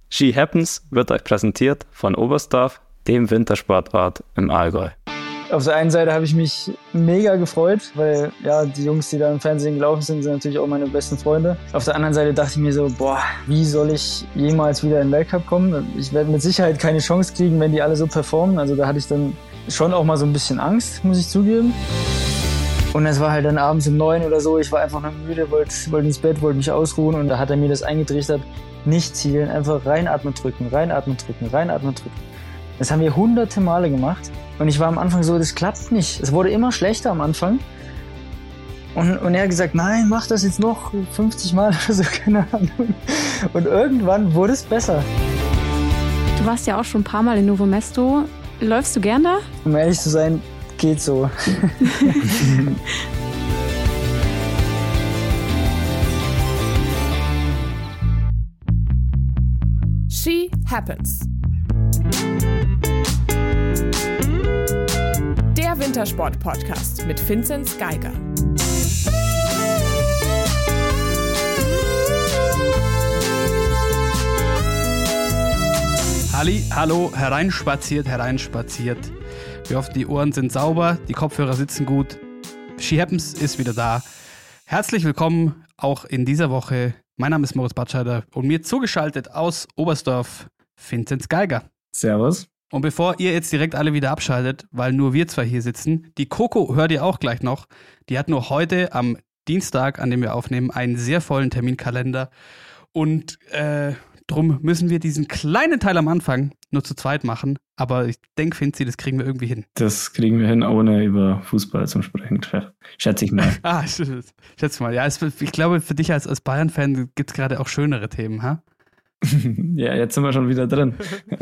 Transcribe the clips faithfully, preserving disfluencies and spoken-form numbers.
Ski Happens wird euch präsentiert von Oberstdorf, dem Wintersportort im Allgäu. Auf der einen Seite habe ich mich mega gefreut, weil ja, die Jungs, die da im Fernsehen gelaufen sind, sind natürlich auch meine besten Freunde. Auf der anderen Seite dachte ich mir so, boah, wie soll ich jemals wieder in den Weltcup kommen? Ich werde mit Sicherheit keine Chance kriegen, wenn die alle so performen. Also da hatte ich dann schon auch mal so ein bisschen Angst, muss ich zugeben. Und es war halt dann abends um neun oder so, ich war einfach nur müde, wollte, wollte ins Bett, wollte mich ausruhen und da hat er mir das eingetrichtert, nicht zielen, einfach reinatmen drücken, reinatmen drücken, reinatmen drücken. Das haben wir hunderte Male gemacht und ich war am Anfang so, das klappt nicht. Es wurde immer schlechter am Anfang. Und, und er hat gesagt, nein, mach das jetzt noch fünfzig Mal oder so, keine Ahnung. Und irgendwann wurde es besser. Du warst ja auch schon ein paar Mal in Novo Mesto. Läufst du gern da? Um ehrlich zu sein, geht so. Ski Happens. Der Wintersport-Podcast mit Vinzenz Geiger. Halli, hallo, hereinspaziert, hereinspaziert. Wir hoffen, die Ohren sind sauber, die Kopfhörer sitzen gut. Ski Happens ist wieder da. Herzlich willkommen auch in dieser Woche. Mein Name ist Moritz Batscheider und mir zugeschaltet aus Oberstdorf Vinzenz Geiger. Servus. Und bevor ihr jetzt direkt alle wieder abschaltet, weil nur wir zwei hier sitzen, die Coco hört ihr auch gleich noch. Die hat nur heute am Dienstag, an dem wir aufnehmen, einen sehr vollen Terminkalender. Und äh, drum müssen wir diesen kleinen Teil am Anfang nur zu zweit machen. Aber ich denke, Vinzi, das kriegen wir irgendwie hin. Das kriegen wir hin, ohne über Fußball zu sprechen, schätze ich mal. ah, schätze mal. Ja, es, ich glaube, für dich als, als Bayern-Fan gibt es gerade auch schönere Themen, ha? Ja, jetzt sind wir schon wieder drin.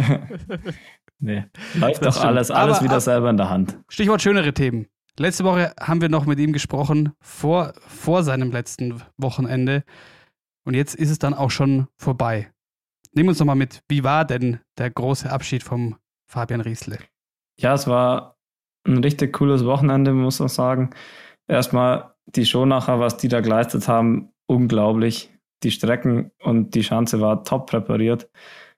Nee, läuft doch alles, alles aber, wieder aber, selber in der Hand. Stichwort schönere Themen. Letzte Woche haben wir noch mit ihm gesprochen, vor, vor seinem letzten Wochenende. Und jetzt ist es dann auch schon vorbei. Nimm uns doch mal mit, wie war denn der große Abschied vom Fabian Riesle? Ja, es war ein richtig cooles Wochenende, muss man sagen. Erstmal die Show nachher, was die da geleistet haben, unglaublich. Die Strecken und die Schanze war top präpariert.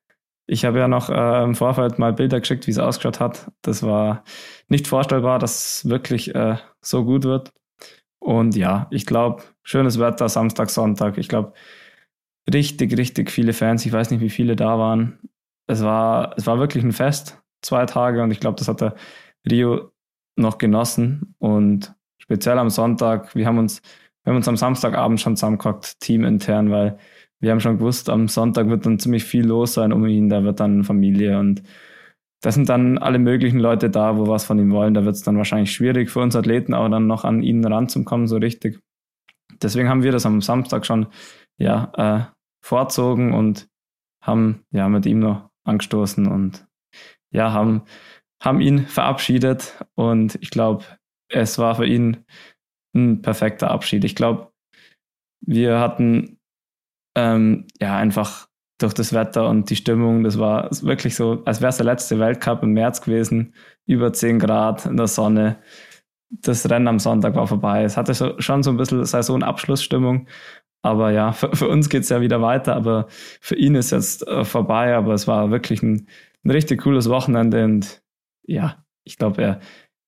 Ich habe ja noch äh, im Vorfeld mal Bilder geschickt, wie es ausgeschaut hat. Das war nicht vorstellbar, dass es wirklich äh, so gut wird. Und ja, ich glaube, schönes Wetter, Samstag, Sonntag. Ich glaube, richtig, richtig viele Fans. Ich weiß nicht, wie viele da waren. Es war, es war wirklich ein Fest, zwei Tage. Und ich glaube, das hat der Rio noch genossen. Und speziell am Sonntag, wir haben uns, wir haben uns am Samstagabend schon zusammengehockt, teamintern, weil wir haben schon gewusst, am Sonntag wird dann ziemlich viel los sein um ihn. Da wird dann Familie und da sind dann alle möglichen Leute da, wo was von ihm wollen. Da wird es dann wahrscheinlich schwierig für uns Athleten, auch dann noch an ihn ranzukommen, so richtig. Deswegen haben wir das am Samstag schon ja, äh, vorzogen und haben ja mit ihm noch angestoßen und ja, haben, haben ihn verabschiedet. Und ich glaube, es war für ihn ein perfekter Abschied. Ich glaube, wir hatten ähm, ja einfach durch das Wetter und die Stimmung, das war wirklich so, als wäre es der letzte Weltcup im März gewesen, über zehn Grad in der Sonne. Das Rennen am Sonntag war vorbei. Es hatte so, schon so ein bisschen Saisonabschlussstimmung, aber ja, für, für uns geht es ja wieder weiter, aber für ihn ist jetzt äh, vorbei, aber es war wirklich ein, ein richtig cooles Wochenende und ja, ich glaube, er,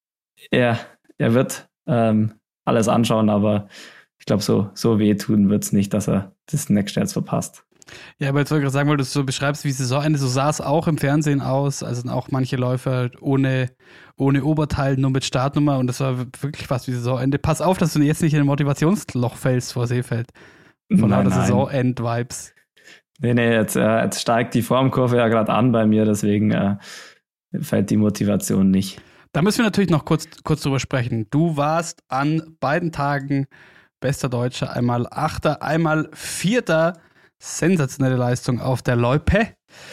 er, er wird ähm, alles anschauen, aber ich glaube, so, so wehtun wird es nicht, dass er das nächste jetzt verpasst. Ja, aber jetzt wollte ich gerade sagen, weil du es so beschreibst, wie Saisonende, so sah es auch im Fernsehen aus, also auch manche Läufer ohne, ohne Oberteil, nur mit Startnummer und das war wirklich fast wie Saisonende. Pass auf, dass du jetzt nicht in ein Motivationsloch fällst vor Seefeld. Von lauter Saisonend-Vibes. Nee, nee, jetzt, äh, jetzt steigt die Formkurve ja gerade an bei mir, deswegen äh, fällt die Motivation nicht. Da müssen wir natürlich noch kurz, kurz drüber sprechen. Du warst an beiden Tagen bester Deutscher, einmal Achter, einmal Vierter. Sensationelle Leistung auf der Loipe.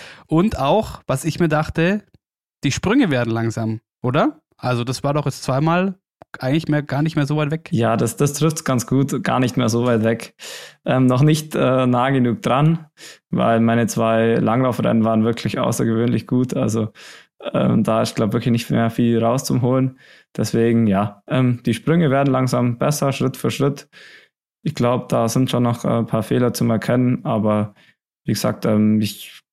Und auch, was ich mir dachte, die Sprünge werden langsam, oder? Also das war doch jetzt zweimal eigentlich mehr, gar nicht mehr so weit weg. Ja, das, das trifft es ganz gut, gar nicht mehr so weit weg. Ähm, noch nicht äh, nah genug dran, weil meine zwei Langlaufrennen waren wirklich außergewöhnlich gut. Also ähm, da ist, glaube ich, wirklich nicht mehr viel raus zum Holen. Deswegen, ja, ähm, die Sprünge werden langsam besser, Schritt für Schritt. Ich glaube, da sind schon noch ein paar Fehler zu erkennen, aber wie gesagt, ähm, ich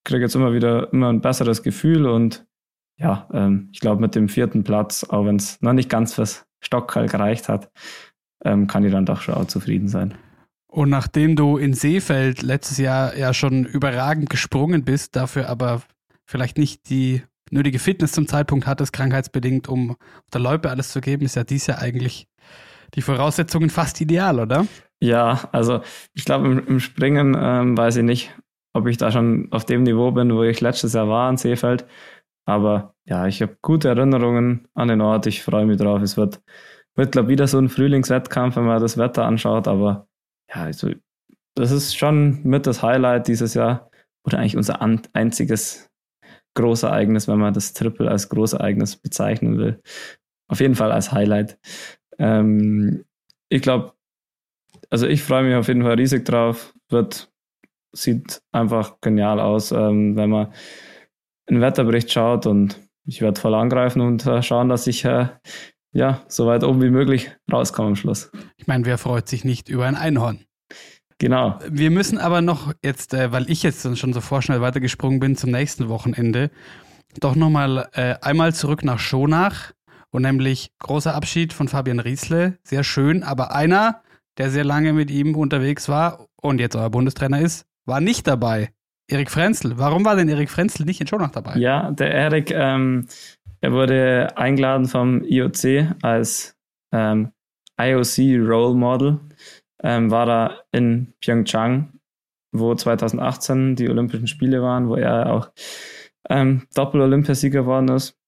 kriege jetzt immer wieder immer ein besseres Gefühl und ja, ähm, ich glaube mit dem vierten Platz, auch wenn es noch nicht ganz fürs Stockkalk gereicht hat, ähm, kann ich dann doch schon auch zufrieden sein. Und nachdem du in Seefeld letztes Jahr ja schon überragend gesprungen bist, dafür aber vielleicht nicht die nötige Fitness zum Zeitpunkt hattest, krankheitsbedingt, um auf der Loipe alles zu geben, ist ja dies Jahr eigentlich die Voraussetzungen fast ideal, oder? Ja, also ich glaube im, im Springen ähm, weiß ich nicht, ob ich da schon auf dem Niveau bin, wo ich letztes Jahr war in Seefeld. Aber ja, ich habe gute Erinnerungen an den Ort. Ich freue mich drauf. Es wird, wird glaube ich, wieder so ein Frühlingswettkampf, wenn man das Wetter anschaut. Aber ja, also das ist schon mit das Highlight dieses Jahr. Oder eigentlich unser an, einziges Großereignis, wenn man das Triple als Großereignis bezeichnen will. Auf jeden Fall als Highlight. Ähm, ich glaube, also ich freue mich auf jeden Fall riesig drauf. Wird, sieht einfach genial aus, ähm, wenn man einen Wetterbericht schaut, und ich werde voll angreifen und äh, schauen, dass ich äh, ja, so weit oben wie möglich rauskomme am Schluss. Ich meine, wer freut sich nicht über ein Einhorn? Genau. Wir müssen aber noch jetzt, äh, weil ich jetzt schon so vorschnell weitergesprungen bin zum nächsten Wochenende, doch nochmal äh, einmal zurück nach Schonach, und nämlich großer Abschied von Fabian Riesle, sehr schön, aber einer, der sehr lange mit ihm unterwegs war und jetzt euer Bundestrainer ist, war nicht dabei. Erik Frenzel. Warum war denn Erik Frenzel nicht in Schonach dabei? Ja, der Erik, ähm, er wurde eingeladen vom I O C als ähm, I O C Role Model. Ähm, war da in Pyeongchang, wo zwanzig achtzehn die Olympischen Spiele waren, wo er auch ähm, Doppel-Olympiasieger geworden ist.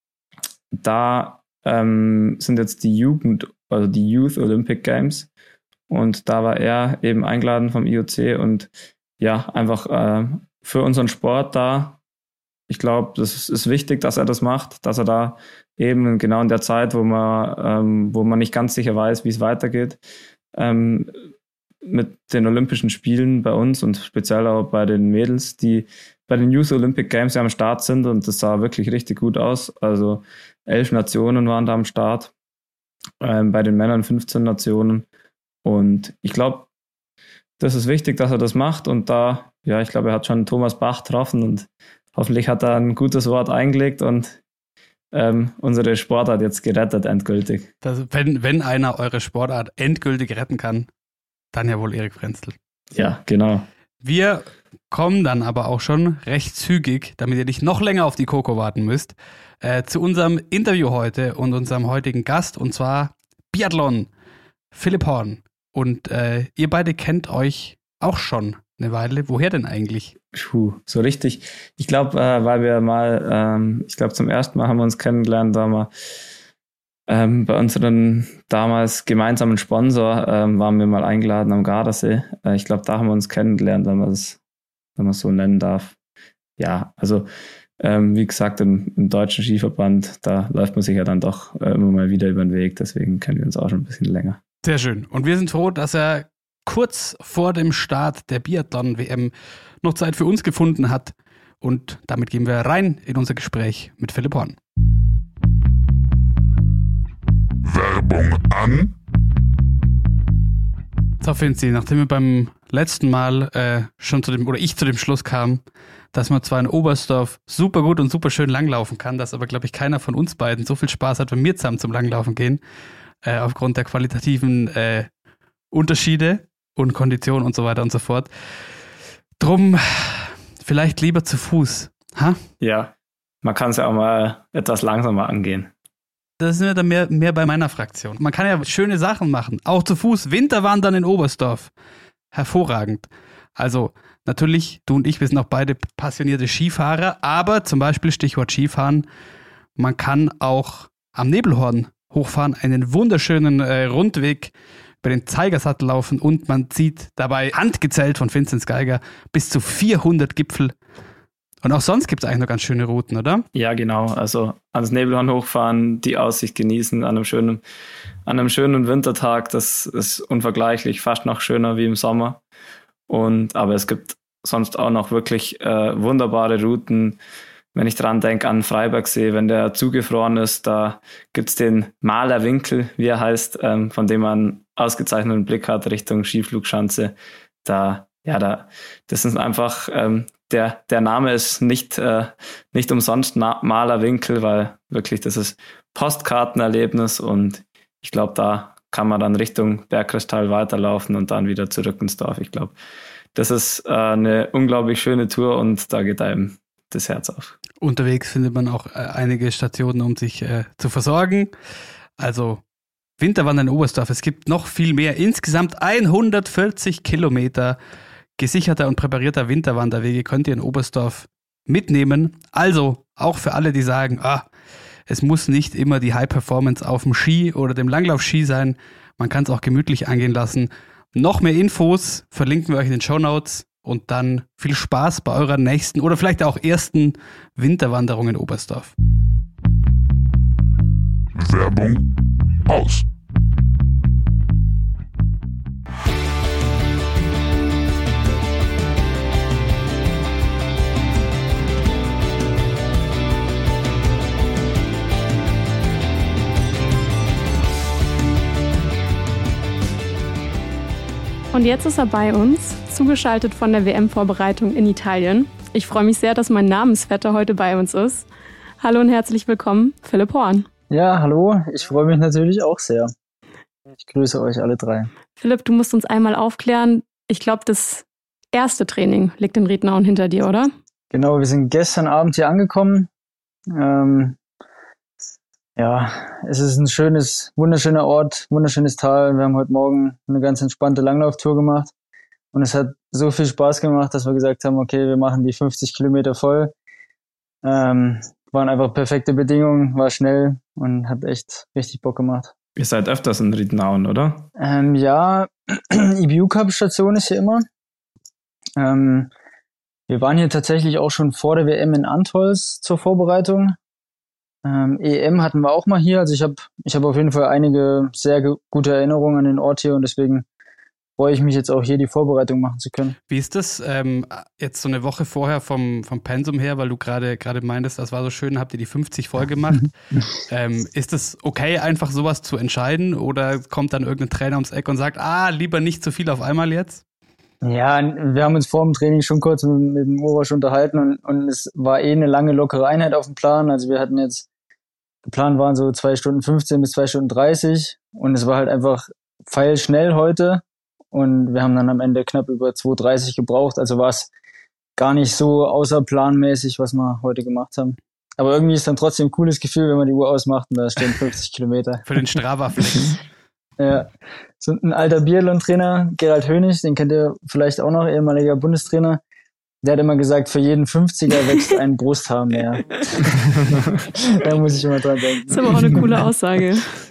Da ähm, sind jetzt die Jugend, also die Youth Olympic Games, und da war er eben eingeladen vom I O C und ja, einfach äh, für unseren Sport da. Ich glaube, das ist, ist wichtig, dass er das macht, dass er da eben genau in der Zeit, wo man, ähm, wo man nicht ganz sicher weiß, wie es weitergeht, ähm, mit den Olympischen Spielen bei uns und speziell auch bei den Mädels, die bei den Youth Olympic Games ja am Start sind, und das sah wirklich richtig gut aus. Also elf Nationen waren da am Start, ähm, bei den Männern fünfzehn Nationen, und ich glaube, das ist wichtig, dass er das macht, und da, ja, ich glaube, er hat schon Thomas Bach getroffen und hoffentlich hat er ein gutes Wort eingelegt und ähm, unsere Sportart jetzt gerettet, endgültig. Das, wenn, wenn einer eure Sportart endgültig retten kann, dann ja wohl Erik Frenzel. Ja, genau. Wir kommen dann aber auch schon recht zügig, damit ihr nicht noch länger auf die Coco warten müsst, äh, zu unserem Interview heute und unserem heutigen Gast, und zwar Biathlon, Philipp Horn. Und äh, ihr beide kennt euch auch schon eine Weile. Woher denn eigentlich? Puh, so richtig. Ich glaube, äh, weil wir mal, ähm, ich glaube, zum ersten Mal haben wir uns kennengelernt, da wir ähm, bei unserem damals gemeinsamen Sponsor ähm, waren wir mal eingeladen am Gardasee. Äh, ich glaube, da haben wir uns kennengelernt, wenn man es wenn man es so nennen darf. Ja, also ähm, wie gesagt, im, im deutschen Skiverband, da läuft man sich ja dann doch äh, immer mal wieder über den Weg. Deswegen kennen wir uns auch schon ein bisschen länger. Sehr schön. Und wir sind froh, dass er kurz vor dem Start der Biathlon-W M noch Zeit für uns gefunden hat. Und damit gehen wir rein in unser Gespräch mit Philipp Horn. Werbung an. So, Finzi, nachdem wir beim letzten Mal äh, schon zu dem, oder ich zu dem Schluss kam, dass man zwar in Oberstdorf super gut und super schön langlaufen kann, dass aber, glaube ich, keiner von uns beiden so viel Spaß hat, wenn wir zusammen zum Langlaufen gehen, äh, aufgrund der qualitativen äh, Unterschiede und Kondition und so weiter und so fort. Drum vielleicht lieber zu Fuß. Ha? Ja, man kann es ja auch mal etwas langsamer angehen. Das sind wir dann mehr, mehr bei meiner Fraktion. Man kann ja schöne Sachen machen, auch zu Fuß. Winterwandern in Oberstdorf. Hervorragend. Also natürlich, du und ich, wir sind auch beide passionierte Skifahrer, aber zum Beispiel Stichwort Skifahren, man kann auch am Nebelhorn hochfahren, einen wunderschönen äh, Rundweg über den Zeigersattel laufen, und man sieht dabei, handgezählt von Vinzenz Geiger, bis zu vierhundert Gipfel. Und auch sonst gibt es eigentlich noch ganz schöne Routen, oder? Ja, genau. Also ans Nebelhorn hochfahren, die Aussicht genießen an einem schönen, an einem schönen Wintertag, das ist unvergleichlich, fast noch schöner wie im Sommer. Und aber es gibt sonst auch noch wirklich äh, wunderbare Routen. Wenn ich dran denke an Freibergsee, wenn der zugefroren ist, da gibt es den Malerwinkel, wie er heißt, ähm, von dem man einen ausgezeichneten Blick hat Richtung Skiflugschanze. Da, ja, da, das sind einfach ähm, der, der Name ist nicht, äh, nicht umsonst Na- Malerwinkel, weil wirklich das ist Postkartenerlebnis und ich glaube, da kann man dann Richtung Bergkristall weiterlaufen und dann wieder zurück ins Dorf. Ich glaube, das ist äh, eine unglaublich schöne Tour und da geht einem das Herz auf. Unterwegs findet man auch äh, einige Stationen, um sich äh, zu versorgen. Also Winterwandern in Oberstdorf. Es gibt noch viel mehr. Insgesamt hundertvierzig Kilometer gesicherter und präparierter Winterwanderwege könnt ihr in Oberstdorf mitnehmen. Also auch für alle, die sagen, ah, es muss nicht immer die High Performance auf dem Ski oder dem Langlaufski sein. Man kann es auch gemütlich angehen lassen. Noch mehr Infos verlinken wir euch in den Shownotes und dann viel Spaß bei eurer nächsten oder vielleicht auch ersten Winterwanderung in Oberstdorf. Werbung aus. Und jetzt ist er bei uns, zugeschaltet von der W M-Vorbereitung in Italien. Ich freue mich sehr, dass mein Namensvetter heute bei uns ist. Hallo und herzlich willkommen, Philipp Horn. Ja, hallo. Ich freue mich natürlich auch sehr. Ich grüße euch alle drei. Philipp, du musst uns einmal aufklären. Ich glaube, das erste Training liegt in Riednauen hinter dir, oder? Genau, wir sind gestern Abend hier angekommen. Ähm, ja, es ist ein schönes, wunderschöner Ort, wunderschönes Tal. Wir haben heute Morgen eine ganz entspannte Langlauftour gemacht. Und es hat so viel Spaß gemacht, dass wir gesagt haben, okay, wir machen die fünfzig Kilometer voll. Ähm, waren einfach perfekte Bedingungen, war schnell und hat echt richtig Bock gemacht. Ihr seid öfters in Riednauen, oder? Ähm, ja, I B U-Cup-Station ist hier immer. Ähm, wir waren hier tatsächlich auch schon vor der W M in Antholz zur Vorbereitung. Ähm, E M hatten wir auch mal hier. Also ich habe ich hab auf jeden Fall einige sehr ge- gute Erinnerungen an den Ort hier und deswegen freue ich mich jetzt auch hier die Vorbereitung machen zu können. Wie ist das ähm, jetzt so eine Woche vorher vom, vom Pensum her, weil du gerade gerade meintest, das war so schön, habt ihr die fünfzig voll gemacht. ähm, ist das okay, einfach sowas zu entscheiden oder kommt dann irgendein Trainer ums Eck und sagt, ah, lieber nicht zu viel auf einmal jetzt? Ja, wir haben uns vor dem Training schon kurz mit, mit dem Urasch unterhalten und, und es war eh eine lange, lockere Einheit auf dem Plan. Also wir hatten jetzt, geplant waren so zwei Stunden fünfzehn bis zwei Stunden dreißig und es war halt einfach pfeilschnell heute. Und wir haben dann am Ende knapp über zwei dreißig gebraucht. Also war es gar nicht so außerplanmäßig, was wir heute gemacht haben. Aber irgendwie ist dann trotzdem ein cooles Gefühl, wenn man die Uhr ausmacht und da stehen fünfzig Kilometer. Für den Strava-Flex. Ja, so ein alter Biathlon-Trainer, Gerald Hönig, den kennt ihr vielleicht auch noch, ehemaliger Bundestrainer. Der hat immer gesagt, für jeden fünfziger wächst ein Brusthaar mehr. Da muss ich immer dran denken. Das ist aber auch eine coole Aussage.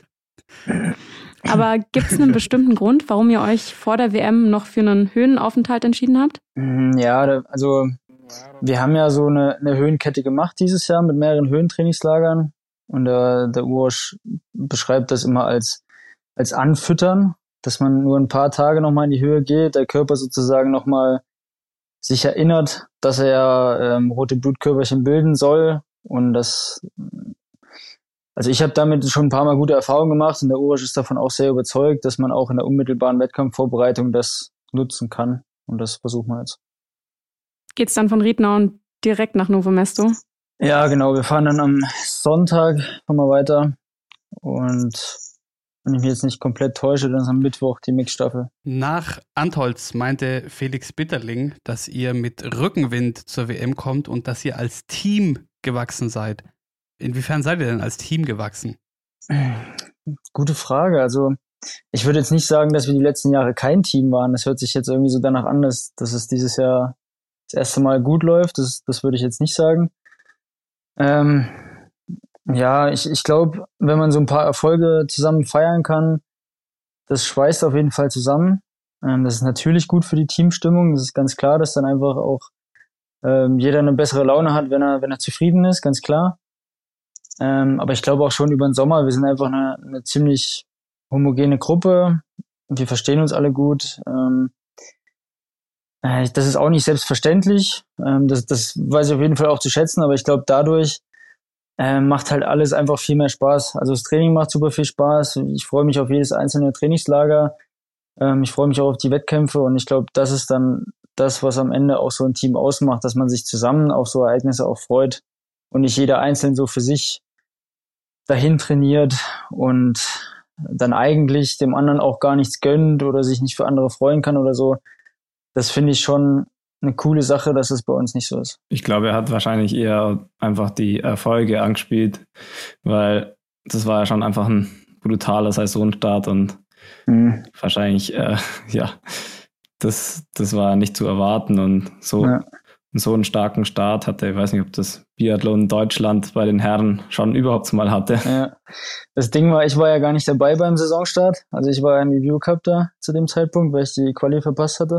Aber gibt es einen bestimmten Grund, warum ihr euch vor der W M noch für einen Höhenaufenthalt entschieden habt? Ja, da, also wir haben ja so eine, eine Höhenkette gemacht dieses Jahr mit mehreren Höhentrainingslagern. Und der, der Urasch beschreibt das immer als, als Anfüttern, dass man nur ein paar Tage nochmal in die Höhe geht, der Körper sozusagen nochmal sich erinnert, dass er ja ähm, rote Blutkörperchen bilden soll. Und das, also ich habe damit schon ein paar Mal gute Erfahrungen gemacht und der Urasch ist davon auch sehr überzeugt, dass man auch in der unmittelbaren Wettkampfvorbereitung das nutzen kann. Und das versuchen wir jetzt. Geht's dann von Riednauen direkt nach Novo Mesto? Ja, genau. Wir fahren dann am Sonntag fahren wir weiter. Und wenn ich mich jetzt nicht komplett täusche, dann ist am Mittwoch die Mixstaffel. Nach Antholz meinte Felix Bitterling, dass ihr mit Rückenwind zur W M kommt und dass ihr als Team gewachsen seid. Inwiefern seid ihr denn als Team gewachsen? Gute Frage. Also ich würde jetzt nicht sagen, dass wir die letzten Jahre kein Team waren. Das hört sich jetzt irgendwie so danach an, dass, dass es dieses Jahr das erste Mal gut läuft. Das, das würde ich jetzt nicht sagen. Ähm, ja, ich, ich glaube, wenn man so ein paar Erfolge zusammen feiern kann, das schweißt auf jeden Fall zusammen. Ähm, das ist natürlich gut für die Teamstimmung. Das ist ganz klar, dass dann einfach auch ähm, jeder eine bessere Laune hat, wenn er, wenn er zufrieden ist, ganz klar. Ähm, aber ich glaube auch schon über den Sommer, wir sind einfach eine, eine ziemlich homogene Gruppe. Wir verstehen uns alle gut. Ähm, äh, das ist auch nicht selbstverständlich. Ähm, das, das weiß ich auf jeden Fall auch zu schätzen, aber ich glaube, dadurch äh, macht halt alles einfach viel mehr Spaß. Also das Training macht super viel Spaß. Ich freue mich auf jedes einzelne Trainingslager. Ähm, ich freue mich auch auf die Wettkämpfe und ich glaube, das ist dann das, was am Ende auch so ein Team ausmacht, dass man sich zusammen auf so Ereignisse auch freut und nicht jeder einzeln so für sich dahin trainiert und dann eigentlich dem anderen auch gar nichts gönnt oder sich nicht für andere freuen kann oder so. Das finde ich schon eine coole Sache, dass es bei uns nicht so ist. Ich glaube, er hat wahrscheinlich eher einfach die Erfolge angespielt, weil das war ja schon einfach ein brutaler Saisonstart und mhm. wahrscheinlich, äh, ja, das, das war nicht zu erwarten und so, ja. so einen starken Start hatte. Ich weiß nicht, ob das Biathlon Deutschland bei den Herren schon überhaupt mal hatte. Ja. Das Ding war, ich war ja gar nicht dabei beim Saisonstart. Also ich war im Review Cup da zu dem Zeitpunkt, weil ich die Quali verpasst hatte.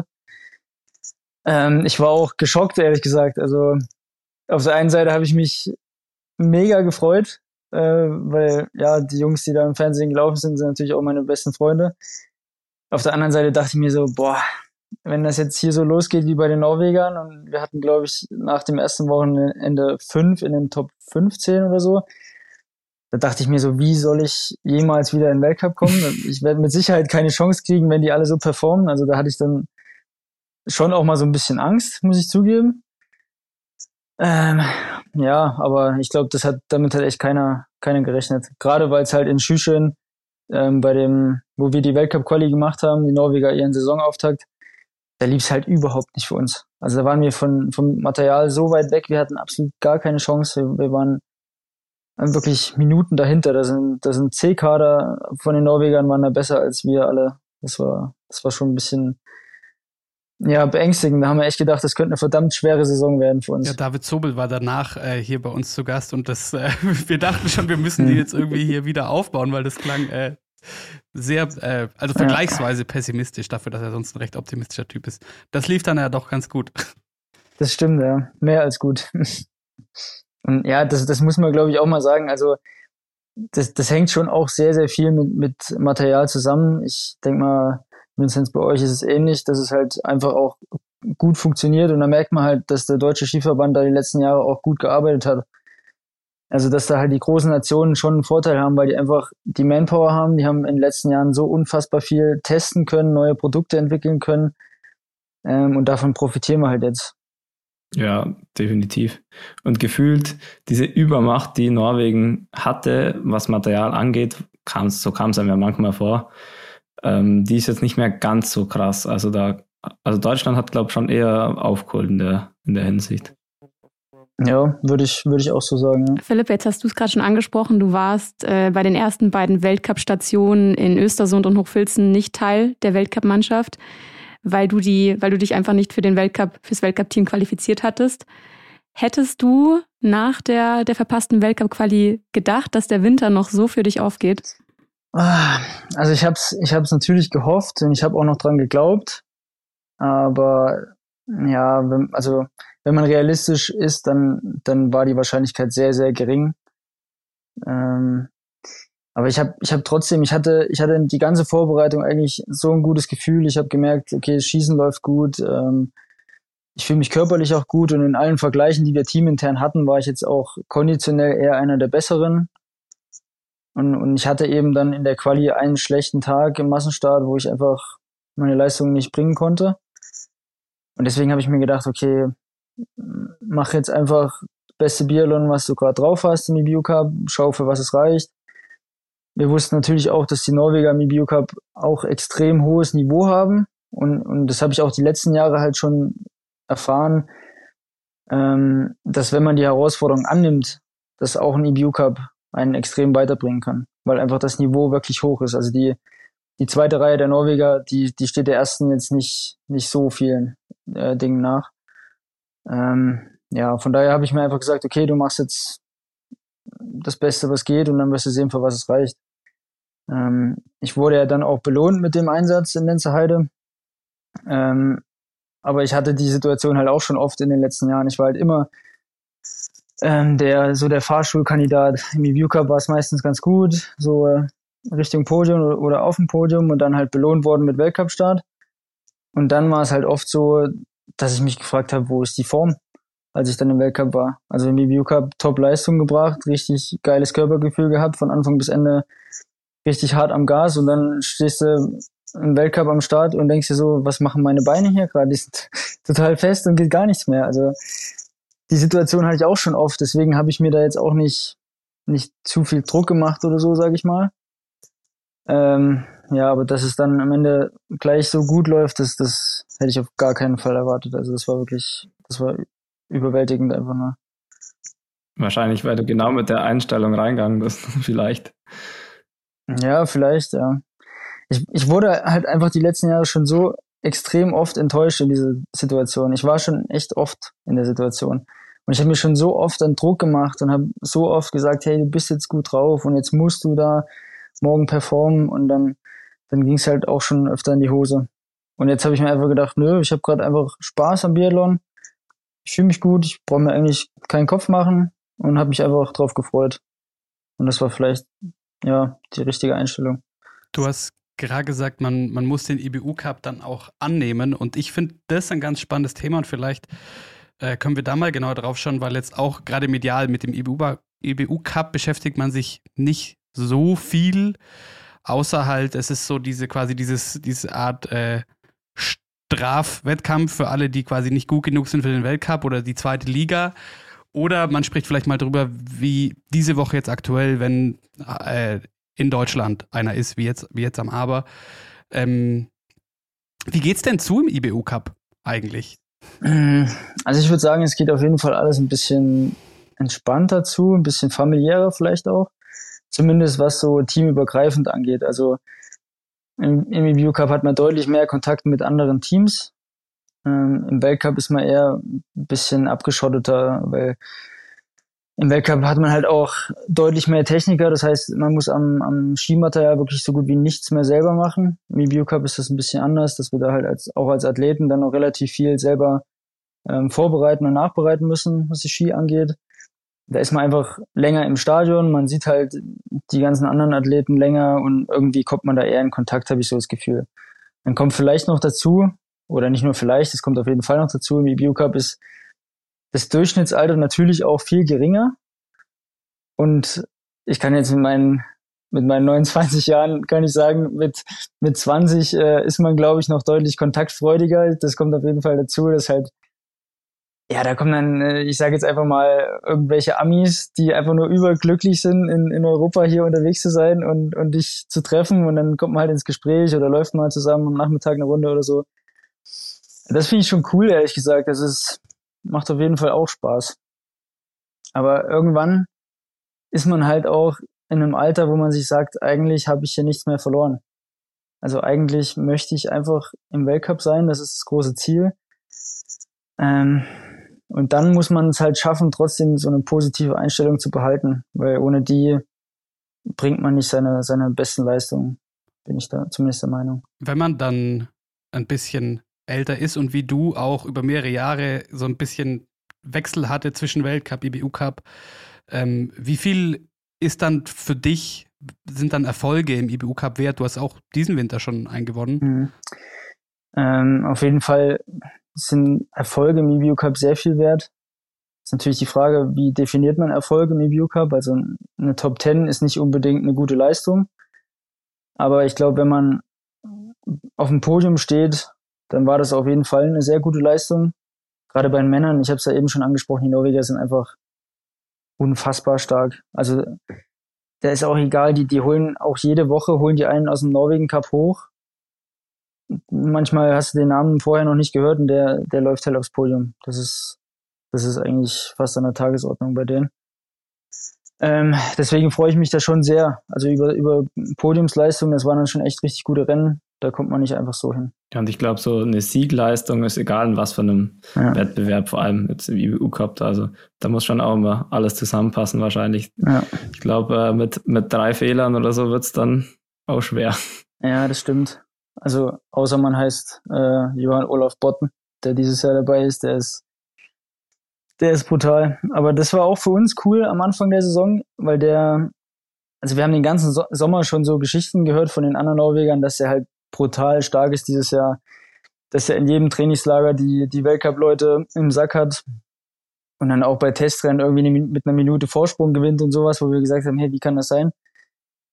Ähm, ich war auch geschockt, ehrlich gesagt. Also auf der einen Seite habe ich mich mega gefreut, äh, weil ja die Jungs, die da im Fernsehen gelaufen sind, sind natürlich auch meine besten Freunde. Auf der anderen Seite dachte ich mir so, boah, wenn das jetzt hier so losgeht wie bei den Norwegern und wir hatten, glaube ich, nach dem ersten Wochenende fünf in den Top fünfzehn oder so, da dachte ich mir so, wie soll ich jemals wieder in den Weltcup kommen? Ich werde mit Sicherheit keine Chance kriegen, wenn die alle so performen. Also da hatte ich dann schon auch mal so ein bisschen Angst, muss ich zugeben. Ähm, ja, aber ich glaube, das hat damit hat echt keiner keiner gerechnet. Gerade weil es halt in Schüchen, ähm, bei dem, wo wir die Weltcup-Quali gemacht haben, die Norweger ihren Saisonauftakt, da lief's halt überhaupt nicht für uns. Also da waren wir von vom Material so weit weg, wir hatten absolut gar keine Chance. Wir, wir waren wirklich Minuten dahinter. Da sind, da sind C-Kader von den Norwegern waren da besser als wir alle. Das war, das war schon ein bisschen, ja, beängstigend. Da haben wir echt gedacht, das könnte eine verdammt schwere Saison werden für uns. Ja, David Zobel war danach äh, hier bei uns zu Gast und das, äh, wir dachten schon, wir müssen die jetzt irgendwie hier wieder aufbauen, weil das klang äh, sehr, äh, also vergleichsweise pessimistisch dafür, dass er sonst ein recht optimistischer Typ ist. Das lief dann ja doch ganz gut. Das stimmt, ja. Mehr als gut. Und ja, das, das muss man, glaube ich, auch mal sagen. Also das, das hängt schon auch sehr, sehr viel mit, mit Material zusammen. Ich denke mal, Vinzenz, bei euch ist es ähnlich, dass es halt einfach auch gut funktioniert und da merkt man halt, dass der Deutsche Skiverband da die letzten Jahre auch gut gearbeitet hat. Also dass da halt die großen Nationen schon einen Vorteil haben, weil die einfach die Manpower haben, die haben in den letzten Jahren so unfassbar viel testen können, neue Produkte entwickeln können ähm, und davon profitieren wir halt jetzt. Ja, definitiv. Und gefühlt diese Übermacht, die Norwegen hatte, was Material angeht, kam's, so kam es einem ja manchmal vor, ähm, die ist jetzt nicht mehr ganz so krass. Also da, also Deutschland hat, glaube ich, schon eher aufgeholt in der, in der Hinsicht. Ja, würde ich, würde ich auch so sagen. Ja. Philipp, jetzt hast du es gerade schon angesprochen, du warst äh, bei den ersten beiden Weltcup-Stationen in Östersund und Hochfilzen nicht Teil der Weltcup-Mannschaft, weil du die, weil du dich einfach nicht für den Weltcup, fürs Weltcup-Team qualifiziert hattest. Hättest du nach der, der verpassten Weltcup-Quali gedacht, dass der Winter noch so für dich aufgeht? Also ich hab's, ich hab's natürlich gehofft und ich habe auch noch dran geglaubt, aber ja, wenn, also wenn man realistisch ist, dann dann war die Wahrscheinlichkeit sehr, sehr gering. Ähm, aber ich habe ich hab trotzdem, ich hatte ich hatte die ganze Vorbereitung eigentlich so ein gutes Gefühl. Ich habe gemerkt, okay, das Schießen läuft gut, ähm, ich fühle mich körperlich auch gut und in allen Vergleichen, die wir teamintern hatten, war ich jetzt auch konditionell eher einer der Besseren. Und, und ich hatte eben dann in der Quali einen schlechten Tag im Massenstart, wo ich einfach meine Leistung nicht bringen konnte. Und deswegen habe ich mir gedacht, okay, mach jetzt einfach das beste Biathlon, was du gerade drauf hast im I B U Cup, schau, für was es reicht. Wir wussten natürlich auch, dass die Norweger im I B U Cup auch extrem hohes Niveau haben. Und, und das habe ich auch die letzten Jahre halt schon erfahren, ähm, dass wenn man die Herausforderung annimmt, dass auch ein I B U Cup einen extrem weiterbringen kann, weil einfach das Niveau wirklich hoch ist. Also die die zweite Reihe der Norweger, die die steht der ersten jetzt nicht nicht so vielen äh, Dingen nach. Ähm, ja, von daher habe ich mir einfach gesagt, okay, du machst jetzt das Beste, was geht und dann wirst du sehen, für was es reicht. Ähm, ich wurde ja dann auch belohnt mit dem Einsatz in Lenzerheide. Ähm, aber ich hatte die Situation halt auch schon oft in den letzten Jahren. Ich war halt immer Ähm, der, so der Fahrschulkandidat. Im I B U Cup war es meistens ganz gut, so äh, Richtung Podium oder, oder auf dem Podium und dann halt belohnt worden mit Weltcup-Start. Und dann war es halt oft so, dass ich mich gefragt habe, wo ist die Form, als ich dann im Weltcup war. Also im I B U Cup Top-Leistung gebracht, richtig geiles Körpergefühl gehabt, von Anfang bis Ende richtig hart am Gas und dann stehst du im Weltcup am Start und denkst dir so, was machen meine Beine hier gerade? Die sind total fest und geht gar nichts mehr. Also die Situation hatte ich auch schon oft, deswegen habe ich mir da jetzt auch nicht, nicht zu viel Druck gemacht oder so, sage ich mal. Ähm, ja, aber dass es dann am Ende gleich so gut läuft, das, das hätte ich auf gar keinen Fall erwartet. Also das war wirklich, das war überwältigend einfach nur. Wahrscheinlich, weil du genau mit der Einstellung reingegangen bist, vielleicht. Ja, vielleicht, ja. Ich, ich wurde halt einfach die letzten Jahre schon so extrem oft enttäuscht in dieser Situation. Ich war schon echt oft in der Situation. Und ich habe mir schon so oft einen Druck gemacht und habe so oft gesagt, hey, du bist jetzt gut drauf und jetzt musst du da morgen performen. Und dann, dann ging es halt auch schon öfter in die Hose. Und jetzt habe ich mir einfach gedacht, nö, ich habe gerade einfach Spaß am Biathlon. Ich fühle mich gut, ich brauche mir eigentlich keinen Kopf machen und habe mich einfach drauf gefreut. Und das war vielleicht, ja, die richtige Einstellung. Du hast gerade gesagt, man, man muss den I B U Cup dann auch annehmen und ich finde das ein ganz spannendes Thema und vielleicht äh, können wir da mal genauer drauf schauen, weil jetzt auch gerade medial mit dem I B U Cup beschäftigt man sich nicht so viel, außer halt, es ist so diese quasi dieses, diese Art äh, Strafwettkampf für alle, die quasi nicht gut genug sind für den Weltcup oder die zweite Liga. Oder man spricht vielleicht mal drüber, wie diese Woche jetzt aktuell, wenn äh, in Deutschland einer ist, wie jetzt, wie jetzt am Aber. Ähm, wie geht's denn zu im I B U Cup eigentlich? Also ich würde sagen, es geht auf jeden Fall alles ein bisschen entspannter zu, ein bisschen familiärer vielleicht auch. Zumindest was so teamübergreifend angeht. Also im, im I B U Cup hat man deutlich mehr Kontakt mit anderen Teams. Ähm, Im Weltcup ist man eher ein bisschen abgeschotteter, weil im Weltcup hat man halt auch deutlich mehr Techniker, das heißt, man muss am, am Skimaterial wirklich so gut wie nichts mehr selber machen. Im I B U Cup ist das ein bisschen anders, dass wir da halt als, auch als Athleten dann auch relativ viel selber ähm, vorbereiten und nachbereiten müssen, was die Ski angeht. Da ist man einfach länger im Stadion, man sieht halt die ganzen anderen Athleten länger und irgendwie kommt man da eher in Kontakt, habe ich so das Gefühl. Dann kommt vielleicht noch dazu, oder nicht nur vielleicht, es kommt auf jeden Fall noch dazu, im I B U Cup ist das Durchschnittsalter natürlich auch viel geringer. Und ich kann jetzt mit meinen, mit meinen neunundzwanzig Jahren, kann ich sagen, mit, mit zwanzig äh, ist man, glaube ich, noch deutlich kontaktfreudiger. Das kommt auf jeden Fall dazu, dass halt, ja, da kommen dann, äh, ich sage jetzt einfach mal, irgendwelche Amis, die einfach nur überglücklich sind, in, in Europa hier unterwegs zu sein und, und dich zu treffen. Und dann kommt man halt ins Gespräch oder läuft mal zusammen am Nachmittag eine Runde oder so. Das finde ich schon cool, ehrlich gesagt. Das ist, macht auf jeden Fall auch Spaß. Aber irgendwann ist man halt auch in einem Alter, wo man sich sagt, eigentlich habe ich hier nichts mehr verloren. Also eigentlich möchte ich einfach im Weltcup sein, das ist das große Ziel. Ähm, und dann muss man es halt schaffen, trotzdem so eine positive Einstellung zu behalten, weil ohne die bringt man nicht seine, seine besten Leistungen, bin ich da zumindest der Meinung. Wenn man dann ein bisschen älter ist und wie du auch über mehrere Jahre so ein bisschen Wechsel hatte zwischen Weltcup, I B U Cup, ähm, wie viel ist dann für dich, sind dann Erfolge im I B U Cup wert? Du hast auch diesen Winter schon einen gewonnen. Mhm. Ähm, auf jeden Fall sind Erfolge im I B U Cup sehr viel wert. Ist natürlich die Frage, wie definiert man Erfolge im I B U Cup? Also eine Top Ten ist nicht unbedingt eine gute Leistung. Aber ich glaube, wenn man auf dem Podium steht, dann war das auf jeden Fall eine sehr gute Leistung. Gerade bei den Männern, ich habe es ja eben schon angesprochen, die Norweger sind einfach unfassbar stark. Also da ist auch egal, die, die holen auch jede Woche, holen die einen aus dem Norwegen Cup hoch. Manchmal hast du den Namen vorher noch nicht gehört und der, der läuft halt aufs Podium. Das ist, das ist eigentlich fast an der Tagesordnung bei denen. Ähm, deswegen freue ich mich da schon sehr. Also über, über Podiumsleistung, das waren dann schon echt richtig gute Rennen. Da kommt man nicht einfach so hin. Ja, und ich glaube, so eine Siegleistung ist egal in was für einem ja. Wettbewerb, vor allem jetzt im I B U Cup. Also da muss schon auch immer alles zusammenpassen wahrscheinlich. Ja. Ich glaube, mit, mit drei Fehlern oder so wird's dann auch schwer. Ja, das stimmt. Also außer man heißt äh, Johann Olaf Botten, der dieses Jahr dabei ist, der ist der ist brutal. Aber das war auch für uns cool am Anfang der Saison, weil der, also wir haben den ganzen so- Sommer schon so Geschichten gehört von den anderen Norwegern, dass der halt brutal stark ist dieses Jahr, dass er in jedem Trainingslager die die Weltcup-Leute im Sack hat und dann auch bei Testrennen irgendwie mit einer Minute Vorsprung gewinnt und sowas, wo wir gesagt haben, hey, wie kann das sein?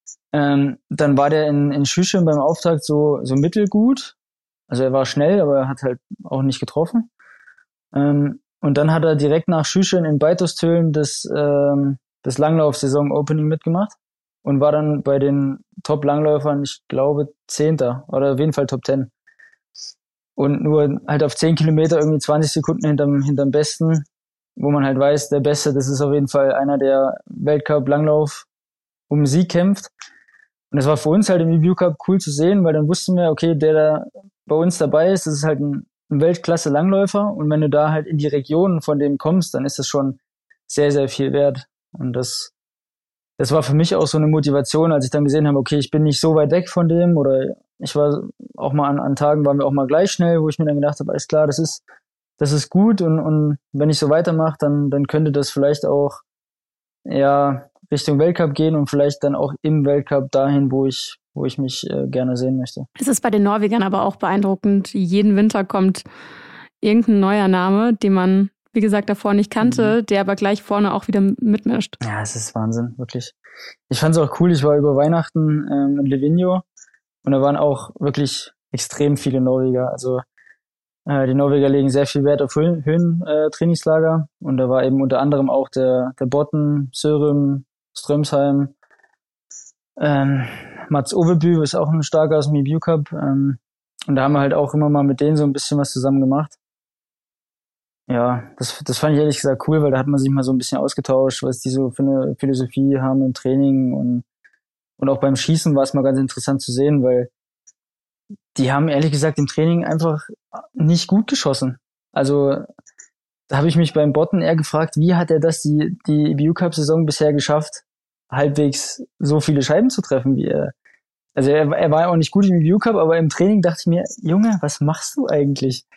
Ähm, dann war der in, in Schüchen beim Auftakt so, so mittelgut. Also er war schnell, aber er hat halt auch nicht getroffen. Ähm, und dann hat er direkt nach Schüchen in Beitostölen das, ähm, das Langlauf-Saison-Opening mitgemacht und war dann bei den Top-Langläufern, ich glaube, Zehnter oder auf jeden Fall Top Ten. Und nur halt auf zehn Kilometer irgendwie zwanzig Sekunden hinterm, hinterm Besten, wo man halt weiß, der Beste, das ist auf jeden Fall einer, der Weltcup-Langlauf um den Sieg kämpft. Und das war für uns halt im E B U Cup cool zu sehen, weil dann wussten wir, okay, der da bei uns dabei ist, das ist halt ein, ein Weltklasse-Langläufer. Und wenn du da halt in die Region von dem kommst, dann ist das schon sehr, sehr viel wert. Und das, das war für mich auch so eine Motivation, als ich dann gesehen habe, okay, ich bin nicht so weit weg von dem, oder ich war auch mal an, an Tagen, waren wir auch mal gleich schnell, wo ich mir dann gedacht habe, alles klar, das ist, das ist gut, und, und wenn ich so weitermache, dann, dann könnte das vielleicht auch, ja, Richtung Weltcup gehen und vielleicht dann auch im Weltcup dahin, wo ich, wo ich mich äh, gerne sehen möchte. Es ist bei den Norwegern aber auch beeindruckend. Jeden Winter kommt irgendein neuer Name, den man, wie gesagt, davor nicht kannte, mhm. der aber gleich vorne auch wieder mitmischt. Ja, es ist Wahnsinn, wirklich. Ich fand es auch cool, ich war über Weihnachten ähm, in Livigno und da waren auch wirklich extrem viele Norweger. Also äh, die Norweger legen sehr viel Wert auf Höhentrainingslager äh, und da war eben unter anderem auch der, der Botten, Sørum, Strömsheim, ähm, Mats Ovebø ist auch ein starker aus dem E B U Cup, ähm, und da haben wir halt auch immer mal mit denen so ein bisschen was zusammen gemacht. Ja, das, das fand ich ehrlich gesagt cool, weil da hat man sich mal so ein bisschen ausgetauscht, was die so für eine Philosophie haben im Training, und, und auch beim Schießen war es mal ganz interessant zu sehen, weil die haben ehrlich gesagt im Training einfach nicht gut geschossen. Also da habe ich mich beim Botten eher gefragt, wie hat er das die, die E B U Cup-Saison bisher geschafft, halbwegs so viele Scheiben zu treffen wie er. Also er, er war ja auch nicht gut im E B U Cup, aber im Training dachte ich mir, Junge, was machst du eigentlich?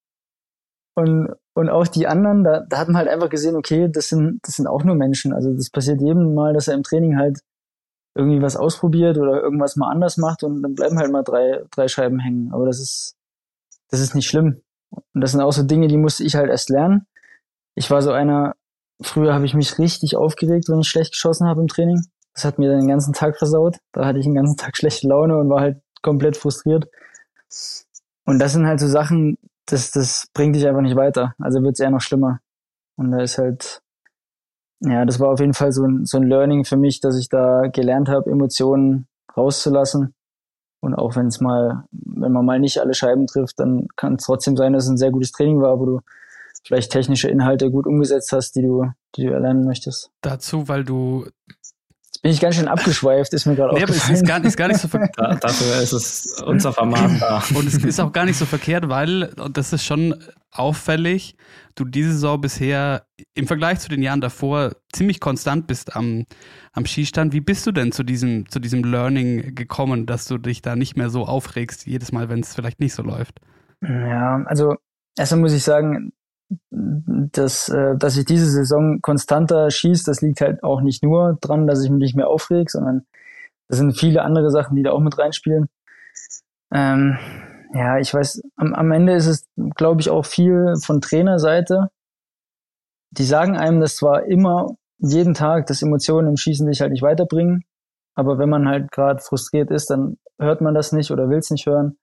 Und, und auch die anderen, da, da hat man halt einfach gesehen, okay, das sind, das sind auch nur Menschen. Also das passiert jedem Mal, dass er im Training halt irgendwie was ausprobiert oder irgendwas mal anders macht, und dann bleiben halt mal drei, drei Scheiben hängen. Aber das ist, das ist nicht schlimm. Und das sind auch so Dinge, die musste ich halt erst lernen. Ich war so einer, früher habe ich mich richtig aufgeregt, wenn ich schlecht geschossen habe im Training. Das hat mir dann den ganzen Tag versaut. Da hatte ich den ganzen Tag schlechte Laune und war halt komplett frustriert. Und das sind halt so Sachen, das, das bringt dich einfach nicht weiter. Also wird es eher noch schlimmer. Und da ist halt, ja, das war auf jeden Fall so ein, so ein Learning für mich, dass ich da gelernt habe, Emotionen rauszulassen. Und auch wenn es mal, wenn man mal nicht alle Scheiben trifft, dann kann es trotzdem sein, dass es ein sehr gutes Training war, wo du vielleicht technische Inhalte gut umgesetzt hast, die du, die du erlernen möchtest. Dazu, weil du... Jetzt bin ich ganz schön abgeschweift, ist mir gerade nee, aufgefallen. Aber es ist gar, ist gar nicht so verkehrt. Da, dafür ist es unser Format da. Und es ist auch gar nicht so verkehrt, weil, und das ist schon auffällig, du diese Saison bisher im Vergleich zu den Jahren davor ziemlich konstant bist am, am Skistand. Wie bist du denn zu diesem, zu diesem Learning gekommen, dass du dich da nicht mehr so aufregst, jedes Mal, wenn es vielleicht nicht so läuft? Ja, also erstmal muss ich sagen, dass, äh, dass ich diese Saison konstanter schieße, das liegt halt auch nicht nur dran, dass ich mich nicht mehr aufreg, sondern das sind viele andere Sachen, die da auch mit reinspielen. Ähm, ja, ich weiß, am, am Ende ist es, glaube ich, auch viel von Trainerseite. Die sagen einem das zwar immer, jeden Tag, dass Emotionen im Schießen dich halt nicht weiterbringen, aber wenn man halt gerade frustriert ist, dann hört man das nicht oder will es nicht hören.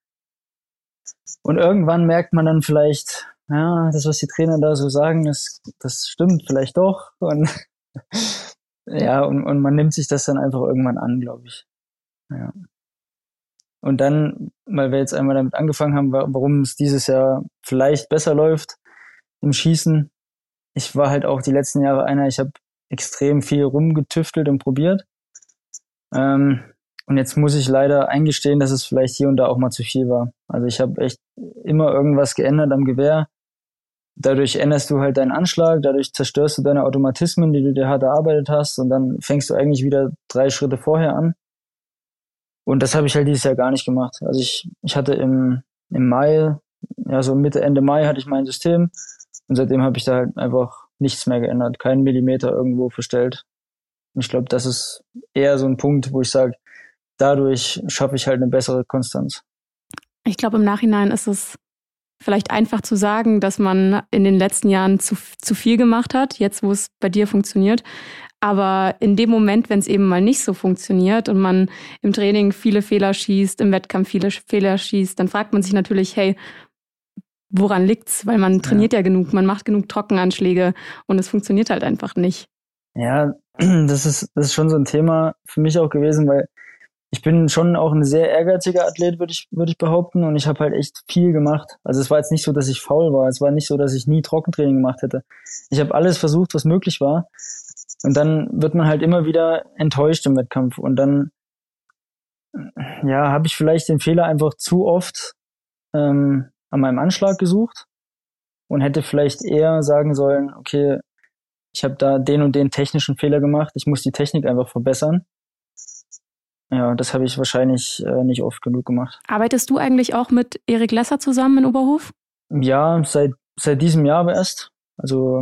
Und irgendwann merkt man dann vielleicht, ja, das, was die Trainer da so sagen, das, das stimmt vielleicht doch. Und ja, und, und man nimmt sich das dann einfach irgendwann an, glaube ich. Ja. Und dann, weil wir jetzt einmal damit angefangen haben, warum es dieses Jahr vielleicht besser läuft im Schießen. Ich war halt auch die letzten Jahre einer, ich habe extrem viel rumgetüftelt und probiert. Ähm, und jetzt muss ich leider eingestehen, dass es vielleicht hier und da auch mal zu viel war. Also ich habe echt immer irgendwas geändert am Gewehr. Dadurch änderst du halt deinen Anschlag, dadurch zerstörst du deine Automatismen, die du dir hart erarbeitet hast, und dann fängst du eigentlich wieder drei Schritte vorher an. Und das habe ich halt dieses Jahr gar nicht gemacht. Also ich, ich hatte im, im Mai, ja so Mitte, Ende Mai hatte ich mein System, und seitdem habe ich da halt einfach nichts mehr geändert, keinen Millimeter irgendwo verstellt. Und ich glaube, das ist eher so ein Punkt, wo ich sage, dadurch schaffe ich halt eine bessere Konstanz. Ich glaube, im Nachhinein ist es vielleicht einfach zu sagen, dass man in den letzten Jahren zu, zu viel gemacht hat, jetzt wo es bei dir funktioniert. Aber in dem Moment, wenn es eben mal nicht so funktioniert und man im Training viele Fehler schießt, im Wettkampf viele Fehler schießt, dann fragt man sich natürlich, hey, woran liegt's? Weil man trainiert ja, ja genug, man macht genug Trockenanschläge und es funktioniert halt einfach nicht. Ja, das ist, das ist schon so ein Thema für mich auch gewesen, weil ich bin schon auch ein sehr ehrgeiziger Athlet, würde ich, würde ich behaupten, und ich habe halt echt viel gemacht. Also es war jetzt nicht so, dass ich faul war, es war nicht so, dass ich nie Trockentraining gemacht hätte. Ich habe alles versucht, was möglich war. Und dann wird man halt immer wieder enttäuscht im Wettkampf. Und dann, ja, habe ich vielleicht den Fehler einfach zu oft ähm, an meinem Anschlag gesucht und hätte vielleicht eher sagen sollen, okay, ich habe da den und den technischen Fehler gemacht, ich muss die Technik einfach verbessern. Ja, das habe ich wahrscheinlich äh, nicht oft genug gemacht. Arbeitest du eigentlich auch mit Erik Lesser zusammen in Oberhof? Ja, seit seit diesem Jahr aber erst. Also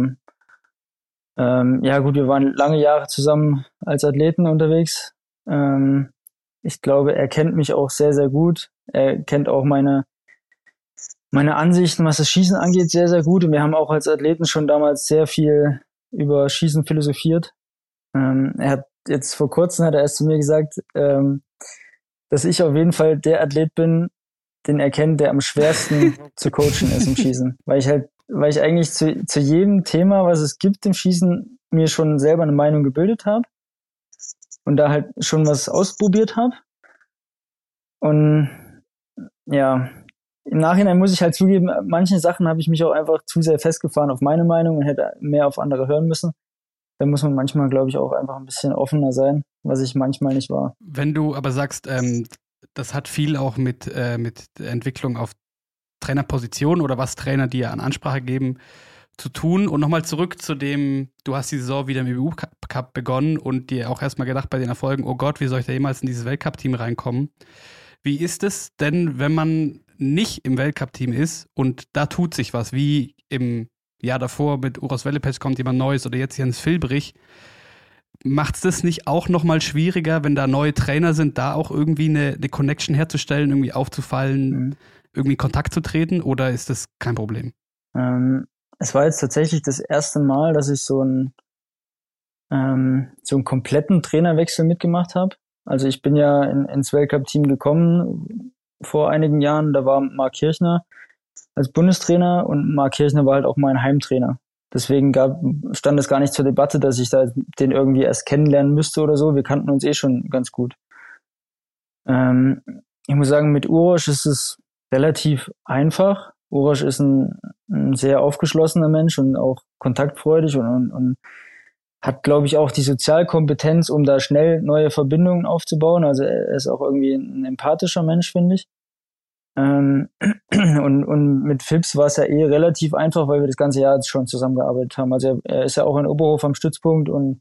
Ähm, ja gut, wir waren lange Jahre zusammen als Athleten unterwegs. Ähm, ich glaube, er kennt mich auch sehr, sehr gut. Er kennt auch meine meine Ansichten, was das Schießen angeht, sehr, sehr gut. Und wir haben auch als Athleten schon damals sehr viel über Schießen philosophiert. Ähm, er hat jetzt vor kurzem, hat er erst zu mir gesagt, ähm, dass ich auf jeden Fall der Athlet bin, den er kennt, der am schwersten zu coachen ist im Schießen. Weil ich halt weil ich eigentlich zu, zu jedem Thema, was es gibt im Schießen, mir schon selber eine Meinung gebildet habe und da halt schon was ausprobiert habe. Und ja, im Nachhinein muss ich halt zugeben, manche Sachen habe ich mich auch einfach zu sehr festgefahren auf meine Meinung und hätte mehr auf andere hören müssen. Da muss man manchmal, glaube ich, auch einfach ein bisschen offener sein, was ich manchmal nicht war. Wenn du aber sagst, ähm, das hat viel auch mit, äh, mit der Entwicklung auf Trainerposition oder was Trainer dir an Ansprache geben, zu tun. Und nochmal zurück zu dem, du hast die Saison wieder im E U Cup begonnen und dir auch erstmal gedacht bei den Erfolgen, oh Gott, wie soll ich da jemals in dieses Weltcup-Team reinkommen? Wie ist es denn, wenn man nicht im Weltcup-Team ist und da tut sich was, wie im Jahr davor mit Uros Velepes kommt jemand Neues oder jetzt Jens Filbrich? Macht es das nicht auch nochmal schwieriger, wenn da neue Trainer sind, da auch irgendwie eine, eine Connection herzustellen, irgendwie aufzufallen, mhm. irgendwie in Kontakt zu treten, oder ist das kein Problem? Ähm, es war jetzt tatsächlich das erste Mal, dass ich so einen ähm, so einen kompletten Trainerwechsel mitgemacht habe. Also ich bin ja in, ins Weltcup-Team gekommen vor einigen Jahren, da war Marc Kirchner als Bundestrainer und Marc Kirchner war halt auch mein Heimtrainer. Deswegen gab, stand es gar nicht zur Debatte, dass ich da den irgendwie erst kennenlernen müsste oder so. Wir kannten uns eh schon ganz gut. Ähm, ich muss sagen, mit Uros ist es relativ einfach. Uros ist ein, ein sehr aufgeschlossener Mensch und auch kontaktfreudig und, und, und hat, glaube ich, auch die Sozialkompetenz, um da schnell neue Verbindungen aufzubauen. Also er ist auch irgendwie ein empathischer Mensch, finde ich. Ähm, und, und mit Fips war es ja eh relativ einfach, weil wir das ganze Jahr jetzt schon zusammengearbeitet haben. Also er, er ist ja auch in Oberhof am Stützpunkt und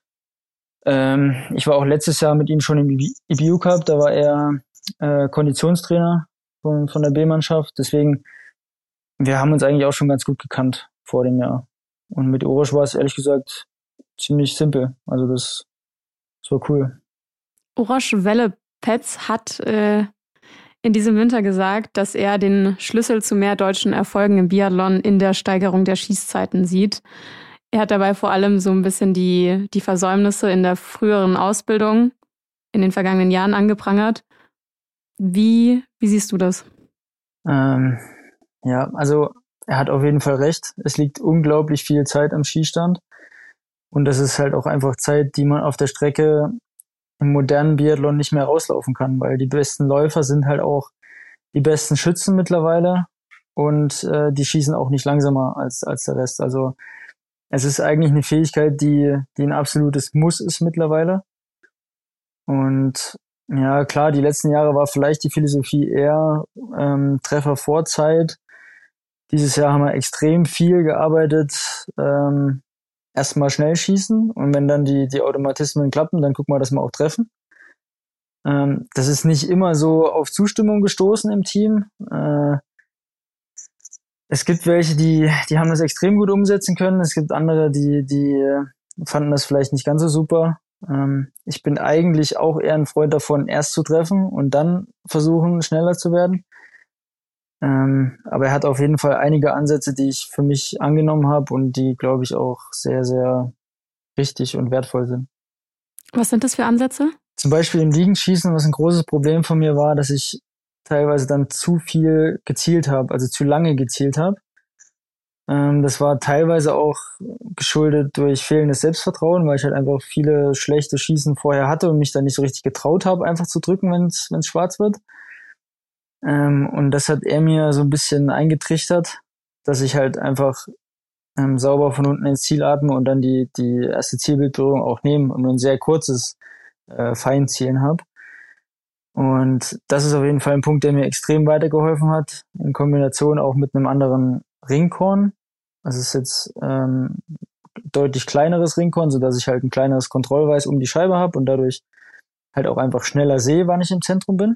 ähm, ich war auch letztes Jahr mit ihm schon im E B U Cup, da war er äh, Konditionstrainer von, von der B-Mannschaft. Deswegen, wir haben uns eigentlich auch schon ganz gut gekannt vor dem Jahr. Und mit Uros war es ehrlich gesagt ziemlich simpel. Also das, das war cool. Uros Velepes hat äh, in diesem Winter gesagt, dass er den Schlüssel zu mehr deutschen Erfolgen im Biathlon in der Steigerung der Schießzeiten sieht. Er hat dabei vor allem so ein bisschen die, die Versäumnisse in der früheren Ausbildung in den vergangenen Jahren angeprangert. Wie, wie siehst du das? Ähm, ja, also er hat auf jeden Fall recht. Es liegt unglaublich viel Zeit am Schießstand. Und das ist halt auch einfach Zeit, die man auf der Strecke im modernen Biathlon nicht mehr rauslaufen kann, weil die besten Läufer sind halt auch die besten Schützen mittlerweile und äh, die schießen auch nicht langsamer als als der Rest. Also es ist eigentlich eine Fähigkeit, die die ein absolutes Muss ist mittlerweile. Und ja, klar, die letzten Jahre war vielleicht die Philosophie eher ähm, Treffer vor Zeit. Dieses Jahr haben wir extrem viel gearbeitet, ähm, erstmal schnell schießen und wenn dann die die Automatismen klappen, dann gucken wir, dass wir auch treffen. Ähm, das ist nicht immer so auf Zustimmung gestoßen im Team. Äh, es gibt welche, die die haben das extrem gut umsetzen können. Es gibt andere, die die fanden das vielleicht nicht ganz so super. Ähm, ich bin eigentlich auch eher ein Freund davon, erst zu treffen und dann versuchen, schneller zu werden. Ähm, aber er hat auf jeden Fall einige Ansätze, die ich für mich angenommen habe und die, glaube ich, auch sehr, sehr richtig und wertvoll sind. Was sind das für Ansätze? Zum Beispiel im Liegenschießen, was ein großes Problem von mir war, dass ich teilweise dann zu viel gezielt habe, also zu lange gezielt habe. Ähm, das war teilweise auch geschuldet durch fehlendes Selbstvertrauen, weil ich halt einfach viele schlechte Schießen vorher hatte und mich dann nicht so richtig getraut habe, einfach zu drücken, wenn es wenn es schwarz wird. Ähm, und das hat er mir so ein bisschen eingetrichtert, dass ich halt einfach ähm, sauber von unten ins Ziel atme und dann die die erste Zielbildberührung auch nehme und nur ein sehr kurzes äh, Feinzielen habe. Und das ist auf jeden Fall ein Punkt, der mir extrem weitergeholfen hat, in Kombination auch mit einem anderen Ringkorn. Das ist jetzt ähm, deutlich kleineres Ringkorn, sodass ich halt ein kleineres Kontrollweiß um die Scheibe habe und dadurch halt auch einfach schneller sehe, wann ich im Zentrum bin.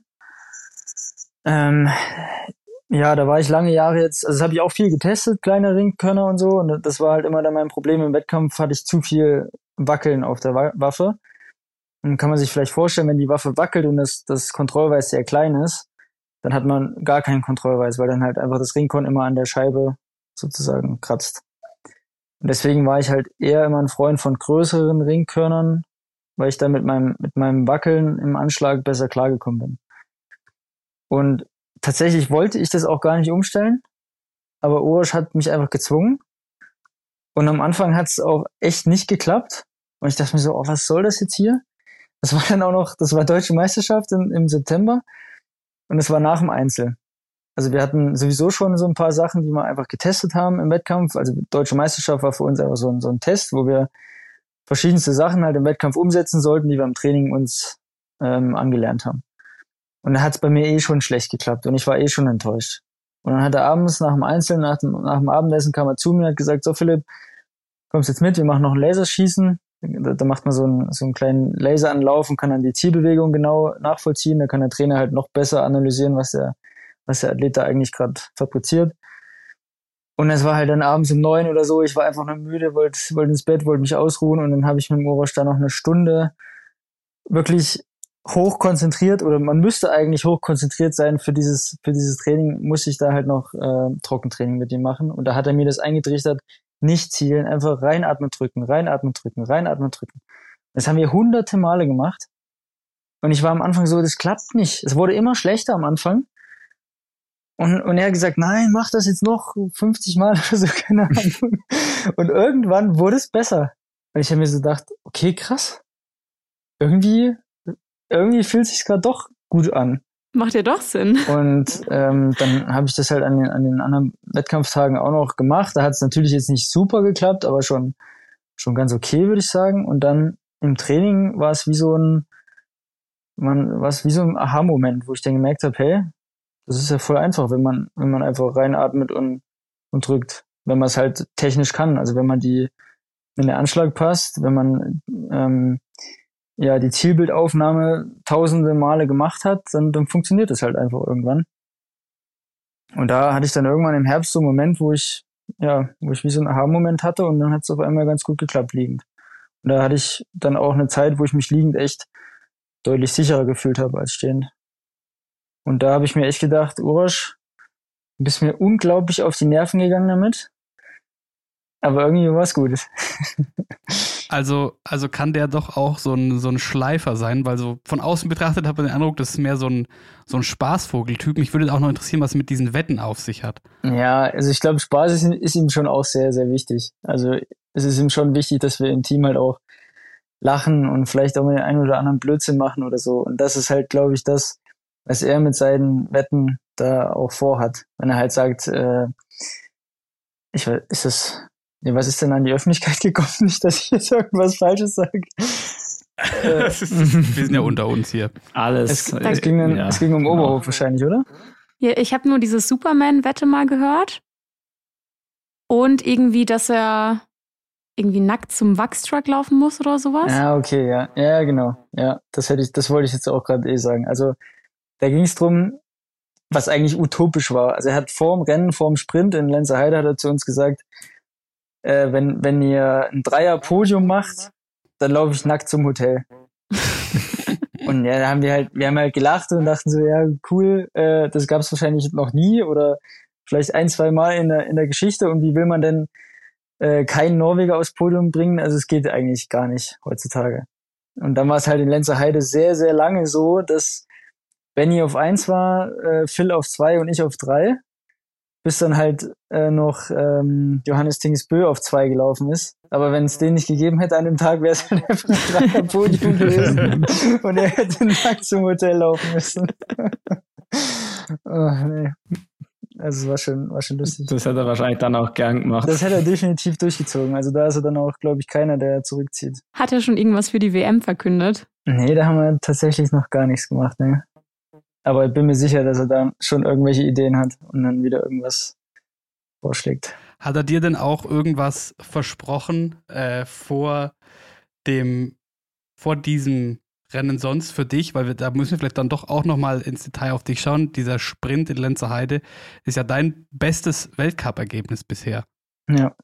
Ähm, ja, da war ich lange Jahre jetzt, also das habe ich auch viel getestet, kleine Ringkörner und so, und das war halt immer dann mein Problem. Im Wettkampf hatte ich zu viel Wackeln auf der Waffe. Und kann man sich vielleicht vorstellen, wenn die Waffe wackelt und das, das Kontrollweiß sehr klein ist, dann hat man gar keinen Kontrollweiß, weil dann halt einfach das Ringkorn immer an der Scheibe sozusagen kratzt. Und deswegen war ich halt eher immer ein Freund von größeren Ringkörnern, weil ich da mit meinem, mit meinem Wackeln im Anschlag besser klargekommen bin. Und tatsächlich wollte ich das auch gar nicht umstellen, aber Uroš hat mich einfach gezwungen. Und am Anfang hat es auch echt nicht geklappt. Und ich dachte mir so, oh, was soll das jetzt hier? Das war dann auch noch, das war Deutsche Meisterschaft im, im September und es war nach dem Einzel. Also wir hatten sowieso schon so ein paar Sachen, die wir einfach getestet haben im Wettkampf. Also Deutsche Meisterschaft war für uns einfach so ein, so ein Test, wo wir verschiedenste Sachen halt im Wettkampf umsetzen sollten, die wir im Training uns ähm, angelernt haben. Und da hat es bei mir eh schon schlecht geklappt und ich war eh schon enttäuscht. Und dann hat er abends nach dem Einzel, nach dem, nach dem Abendessen kam er zu mir und hat gesagt, so Philipp, kommst jetzt mit, wir machen noch ein Laserschießen. Da, da macht man so einen, so einen kleinen Laseranlauf und kann dann die Zielbewegung genau nachvollziehen. Da kann der Trainer halt noch besser analysieren, was der, was der Athlet da eigentlich gerade fabriziert. Und es war halt dann abends um neun oder so. Ich war einfach nur müde, wollte wollte ins Bett, wollte mich ausruhen. Und dann habe ich mit dem Uroš da noch eine Stunde wirklich hochkonzentriert, oder man müsste eigentlich hochkonzentriert sein für dieses, für dieses Training, muss ich da halt noch äh, Trockentraining mit ihm machen. Und da hat er mir das eingetrichtert, nicht zielen, einfach reinatmen drücken, reinatmen drücken, reinatmen drücken. Das haben wir hunderte Male gemacht. Und ich war am Anfang so, das klappt nicht. Es wurde immer schlechter am Anfang. Und, und er hat gesagt, nein, mach das jetzt noch fünfzig Mal oder so, keine Ahnung. Und irgendwann wurde es besser. Und ich habe mir so gedacht, okay, krass. Irgendwie, irgendwie fühlt es sich gerade doch gut an. Macht ja doch Sinn. Und ähm, dann habe ich das halt an den, an den anderen Wettkampftagen auch noch gemacht. Da hat es natürlich jetzt nicht super geklappt, aber schon schon ganz okay, würde ich sagen. Und dann im Training war es wie so ein man war es wie so ein Aha-Moment, wo ich dann gemerkt habe, hey, das ist ja voll einfach, wenn man wenn man einfach reinatmet und und drückt, wenn man es halt technisch kann. Also wenn man die, wenn der Anschlag passt, wenn man ähm, ja die Zielbildaufnahme tausende Male gemacht hat, dann, dann funktioniert das halt einfach irgendwann. Und da hatte ich dann irgendwann im Herbst so einen Moment, wo ich ja, wo ich wie so einen Aha-Moment hatte und dann hat es auf einmal ganz gut geklappt liegend. Und da hatte ich dann auch eine Zeit, wo ich mich liegend echt deutlich sicherer gefühlt habe als stehend. Und da habe ich mir echt gedacht, Uroš, du bist mir unglaublich auf die Nerven gegangen damit, aber irgendwie war es gut. Also, also kann der doch auch so ein, so ein Schleifer sein, weil so von außen betrachtet hat man den Eindruck, das ist mehr so ein, so ein Spaßvogeltyp. Mich würde auch noch interessieren, was mit diesen Wetten auf sich hat. Ja, also ich glaube, Spaß ist, ist ihm schon auch sehr, sehr wichtig. Also es ist ihm schon wichtig, dass wir im Team halt auch lachen und vielleicht auch mal den einen oder anderen Blödsinn machen oder so. Und das ist halt, glaube ich, das, was er mit seinen Wetten da auch vorhat. Wenn er halt sagt, äh, ich weiß, ist das... Ja, was ist denn an die Öffentlichkeit gekommen? Nicht, dass ich jetzt irgendwas Falsches sage. äh, Wir sind ja unter uns hier. Alles. Es, es, ging, dann, ja, es ging um Oberhof genau. Wahrscheinlich, oder? Ja, ich habe nur diese Superman-Wette mal gehört. Und irgendwie, dass er irgendwie nackt zum Wachstruck laufen muss oder sowas. Ja, okay, ja. Ja, genau. Ja, das hätte ich, das wollte ich jetzt auch gerade eh sagen. Also, da ging es drum, was eigentlich utopisch war. Also er hat vor dem Rennen, vor dem Sprint in Lenzerheide hat er zu uns gesagt, Äh, wenn, wenn ihr ein Dreier-Podium macht, dann laufe ich nackt zum Hotel. Und Und ja, da haben wir halt, wir haben halt gelacht und dachten so, ja, cool, äh, das gab es wahrscheinlich noch nie oder vielleicht ein, zwei Mal in der, in der Geschichte. Und wie will man denn äh, keinen Norweger aufs Podium bringen? Also es geht eigentlich gar nicht heutzutage. Und dann war es halt in Lenzerheide sehr, sehr lange so, dass Benny auf eins war, äh, Phil auf zwei und ich auf drei, bis dann halt äh, noch ähm, Johannes Tingesbö auf zwei gelaufen ist. Aber wenn es den nicht gegeben hätte an dem Tag, wäre es halt einfach ein Dreier-Podium gewesen und er hätte nackt zum Hotel laufen müssen. Oh, nee. Also es war schon, war schon lustig. Das hätte er wahrscheinlich dann auch gern gemacht. Das hätte er definitiv durchgezogen. Also da ist er dann auch, glaube ich, keiner, der zurückzieht. Hat er schon irgendwas für die W M verkündet? Nee, da haben wir tatsächlich noch gar nichts gemacht, ne. Aber ich bin mir sicher, dass er da schon irgendwelche Ideen hat und dann wieder irgendwas vorschlägt. Hat er dir denn auch irgendwas versprochen äh, vor dem, vor diesem Rennen sonst für dich? Weil wir, da müssen wir vielleicht dann doch auch nochmal ins Detail auf dich schauen. Dieser Sprint in Lenzerheide ist ja dein bestes Weltcup-Ergebnis bisher. Ja.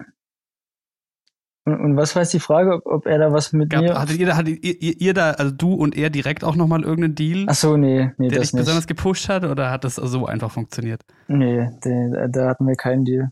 Und, und was war jetzt die Frage, ob, ob er da was mit Gab, mir... Hattet ihr, hattet ihr, ihr, ihr da, also du und er direkt auch nochmal irgendeinen Deal, Ach so, nee, nee, der das dich nicht. besonders gepusht hat, oder hat das so einfach funktioniert? Nee, da, da hatten wir keinen Deal.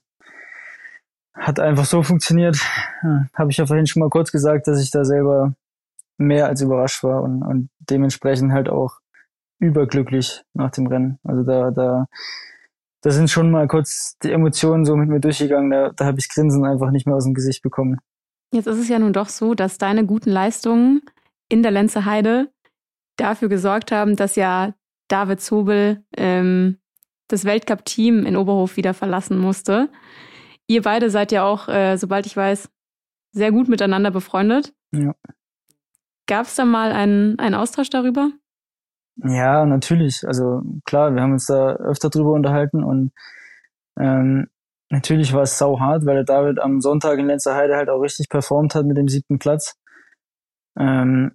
Hat einfach so funktioniert. Ja, habe ich ja vorhin schon mal kurz gesagt, dass ich da selber mehr als überrascht war und, und dementsprechend halt auch überglücklich nach dem Rennen. Also da, da, da sind schon mal kurz die Emotionen so mit mir durchgegangen. Da, da habe ich Grinsen einfach nicht mehr aus dem Gesicht bekommen. Jetzt ist es ja nun doch so, dass deine guten Leistungen in der Lenzerheide dafür gesorgt haben, dass ja David Zobel ähm, das Weltcup-Team in Oberhof wieder verlassen musste. Ihr beide seid ja auch, äh, sobald ich weiß, sehr gut miteinander befreundet. Ja. Gab es da mal einen, einen Austausch darüber? Ja, natürlich. Also klar, wir haben uns da öfter drüber unterhalten und ähm, natürlich war es sauhart, weil der David am Sonntag in Lenzerheide halt auch richtig performt hat mit dem siebten Platz. Ähm,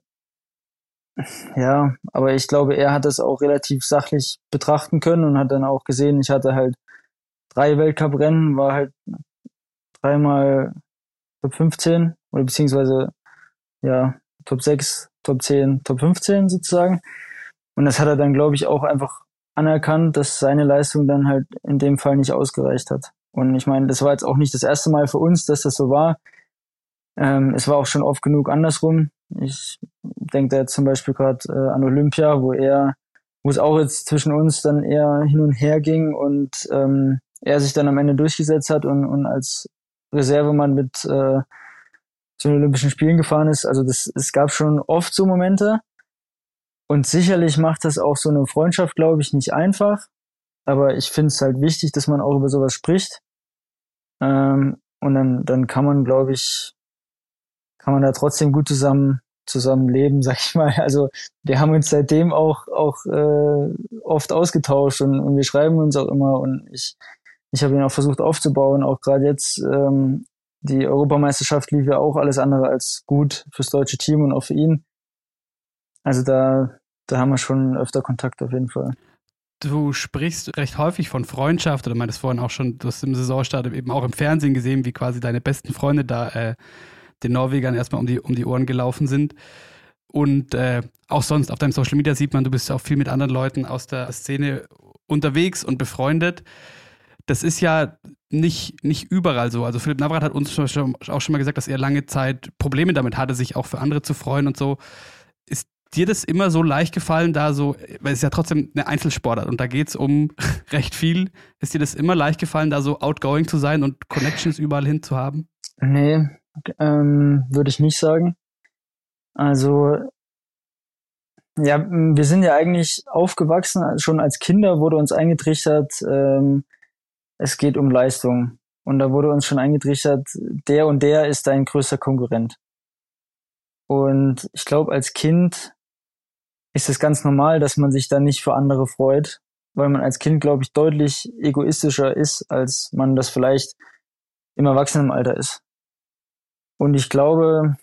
ja, aber ich glaube, er hat das auch relativ sachlich betrachten können und hat dann auch gesehen, ich hatte halt drei Weltcuprennen, war halt dreimal Top fünfzehn oder beziehungsweise ja Top sechs, Top zehn, Top fünfzehn sozusagen. Und das hat er dann, glaube ich, auch einfach anerkannt, dass seine Leistung dann halt in dem Fall nicht ausgereicht hat. Und ich meine, das war jetzt auch nicht das erste Mal für uns, dass das so war. Ähm, es war auch schon oft genug andersrum. Ich denke da jetzt zum Beispiel gerade äh, an Olympia, wo er, wo es auch jetzt zwischen uns dann eher hin und her ging und ähm, er sich dann am Ende durchgesetzt hat und, und als Reservemann mit äh, zu den Olympischen Spielen gefahren ist. Also das, es gab schon oft so Momente. Und sicherlich macht das auch so eine Freundschaft, glaube ich, nicht einfach. Aber ich finde es halt wichtig, dass man auch über sowas spricht. Ähm, und dann, dann kann man, glaube ich, kann man da trotzdem gut zusammen, zusammen leben, sag ich mal. Also wir haben uns seitdem auch, auch äh, oft ausgetauscht und, und wir schreiben uns auch immer. Und ich, ich habe ihn auch versucht aufzubauen. Auch gerade jetzt, ähm, die Europameisterschaft lief ja auch alles andere als gut fürs deutsche Team und auch für ihn. Also da, da haben wir schon öfter Kontakt auf jeden Fall. Du sprichst recht häufig von Freundschaft oder meintest vorhin auch schon, du hast im Saisonstart eben auch im Fernsehen gesehen, wie quasi deine besten Freunde da äh, den Norwegern erstmal um die, um die Ohren gelaufen sind. Und äh, auch sonst auf deinem Social Media sieht man, du bist auch viel mit anderen Leuten aus der Szene unterwegs und befreundet. Das ist ja nicht, nicht überall so. Also Philipp Navrat hat uns schon, auch schon mal gesagt, dass er lange Zeit Probleme damit hatte, sich auch für andere zu freuen und so. Ist dir das immer so leicht gefallen, da so, weil es ist ja trotzdem eine Einzelsportart und da geht es um recht viel. Ist dir das immer leicht gefallen, da so outgoing zu sein und Connections überall hin zu haben? Nee, ähm, würde ich nicht sagen. Also, ja, wir sind ja eigentlich aufgewachsen, schon als Kinder wurde uns eingetrichtert, ähm, es geht um Leistung. Und da wurde uns schon eingetrichtert, der und der ist dein größter Konkurrent. Und ich glaube, als Kind ist es ganz normal, dass man sich dann nicht für andere freut, weil man als Kind, glaube ich, deutlich egoistischer ist, als man das vielleicht im Erwachsenenalter ist. Und ich glaube,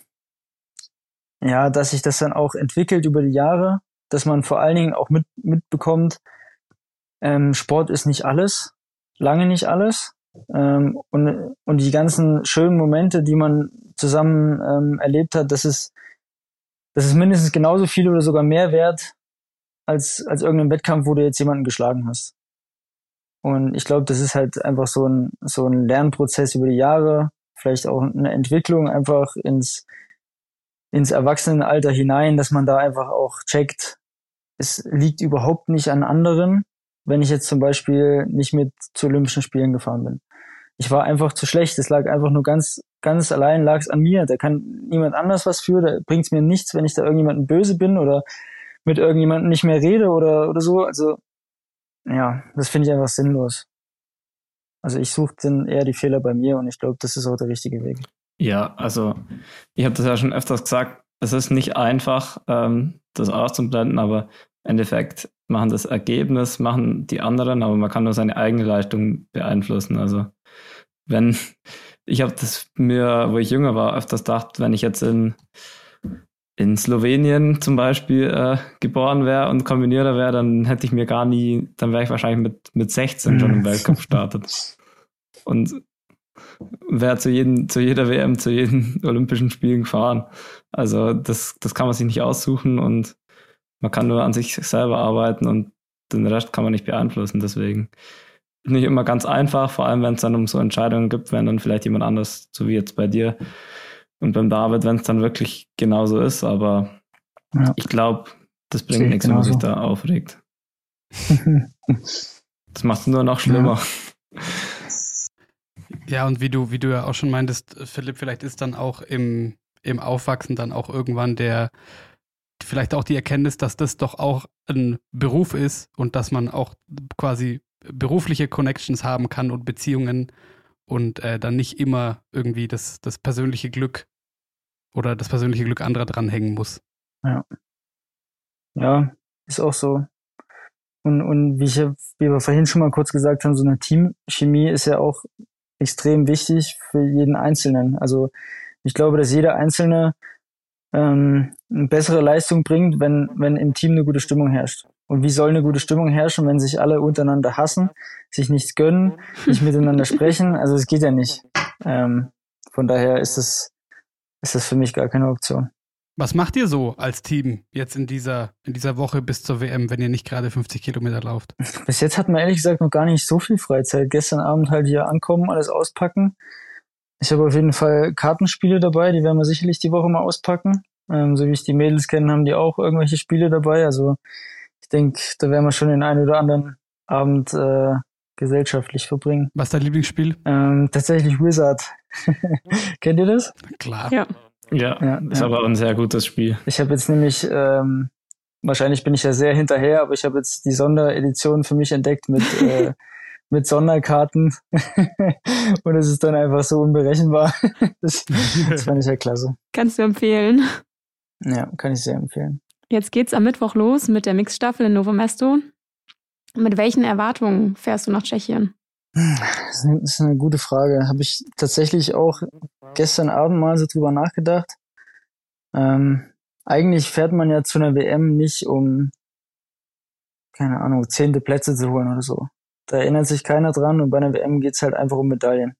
ja, dass sich das dann auch entwickelt über die Jahre, dass man vor allen Dingen auch mit, mitbekommt, ähm, Sport ist nicht alles, lange nicht alles. Ähm, und, und die ganzen schönen Momente, die man zusammen ähm, erlebt hat, das ist das ist mindestens genauso viel oder sogar mehr wert als, als irgendein Wettkampf, wo du jetzt jemanden geschlagen hast. Und ich glaube, das ist halt einfach so ein, so ein Lernprozess über die Jahre, vielleicht auch eine Entwicklung einfach ins, ins Erwachsenenalter hinein, dass man da einfach auch checkt, es liegt überhaupt nicht an anderen, wenn ich jetzt zum Beispiel nicht mit zu Olympischen Spielen gefahren bin. Ich war einfach zu schlecht. Es lag einfach nur ganz, ganz allein lag es an mir. Da kann niemand anders was für. Da bringt es mir nichts, wenn ich da irgendjemandem böse bin oder mit irgendjemandem nicht mehr rede oder, oder so. Also, ja, das finde ich einfach sinnlos. Also ich suche dann eher die Fehler bei mir und ich glaube, das ist auch der richtige Weg. Ja, also ich habe das ja schon öfters gesagt, es ist nicht einfach, ähm, das auszublenden, aber im Endeffekt machen das Ergebnis, machen die anderen, aber man kann nur seine eigene Leistung beeinflussen. Also wenn, ich habe das mir, wo ich jünger war, öfters gedacht, wenn ich jetzt in, in Slowenien zum Beispiel äh, geboren wäre und Kombinierer wäre, dann hätte ich mir gar nie, dann wäre ich wahrscheinlich mit, mit sechzehn schon im Weltcup gestartet. Und wäre zu, jedem, zu jeder W M, zu jeden Olympischen Spielen gefahren. Also das, das kann man sich nicht aussuchen und man kann nur an sich selber arbeiten und den Rest kann man nicht beeinflussen. Deswegen nicht immer ganz einfach, vor allem wenn es dann um so Entscheidungen gibt, wenn dann vielleicht jemand anders, so wie jetzt bei dir und beim David, wenn es dann wirklich genauso ist. Aber ja. Ich glaube, das bringt nichts, wenn man sich da aufregt. Das macht es nur noch schlimmer. Ja. Ja, und wie du, wie du ja auch schon meintest, Philipp, vielleicht ist dann auch im, im Aufwachsen dann auch irgendwann der, vielleicht auch die Erkenntnis, dass das doch auch ein Beruf ist und dass man auch quasi berufliche Connections haben kann und Beziehungen und äh, dann nicht immer irgendwie das, das persönliche Glück oder das persönliche Glück anderer dranhängen muss. Ja. Ja, ist auch so. Und, und wie, ich, wie wir vorhin schon mal kurz gesagt haben, so eine Teamchemie ist ja auch extrem wichtig für jeden Einzelnen. Also ich glaube, dass jeder Einzelne ähm, eine bessere Leistung bringt, wenn, wenn im Team eine gute Stimmung herrscht. Und wie soll eine gute Stimmung herrschen, wenn sich alle untereinander hassen, sich nichts gönnen, nicht miteinander sprechen? Also es geht ja nicht. Ähm, von daher ist das, ist das für mich gar keine Option. Was macht ihr so als Team jetzt in dieser, in dieser Woche bis zur W M, wenn ihr nicht gerade fünfzig Kilometer lauft? Bis jetzt hatten wir ehrlich gesagt noch gar nicht so viel Freizeit. Gestern Abend halt hier ankommen, alles auspacken. Ich habe auf jeden Fall Kartenspiele dabei, die werden wir sicherlich die Woche mal auspacken. Ähm, so wie ich die Mädels kenne, haben die auch irgendwelche Spiele dabei. Also ich denke, da werden wir schon den einen oder anderen Abend äh, gesellschaftlich verbringen. Was ist dein Lieblingsspiel? Ähm, tatsächlich Wizard. Kennt ihr das? Klar. Ja. Ja, ja ist ja. aber ein sehr gutes Spiel. Ich habe jetzt nämlich, ähm, wahrscheinlich bin ich ja sehr hinterher, aber ich habe jetzt die Sonderedition für mich entdeckt mit äh, mit Sonderkarten und es ist dann einfach so unberechenbar. Das, das fand ich ja klasse. Kannst du empfehlen. Ja, kann ich sehr empfehlen. Jetzt geht's am Mittwoch los mit der Mixstaffel in Novo Mesto. Mit welchen Erwartungen fährst du nach Tschechien? Das ist eine, das ist eine gute Frage. Habe ich tatsächlich auch gestern Abend mal so drüber nachgedacht. Ähm, eigentlich fährt man ja zu einer W M nicht, um, keine Ahnung, zehnte Plätze zu holen oder so. Da erinnert sich keiner dran und bei einer W M geht's halt einfach um Medaillen.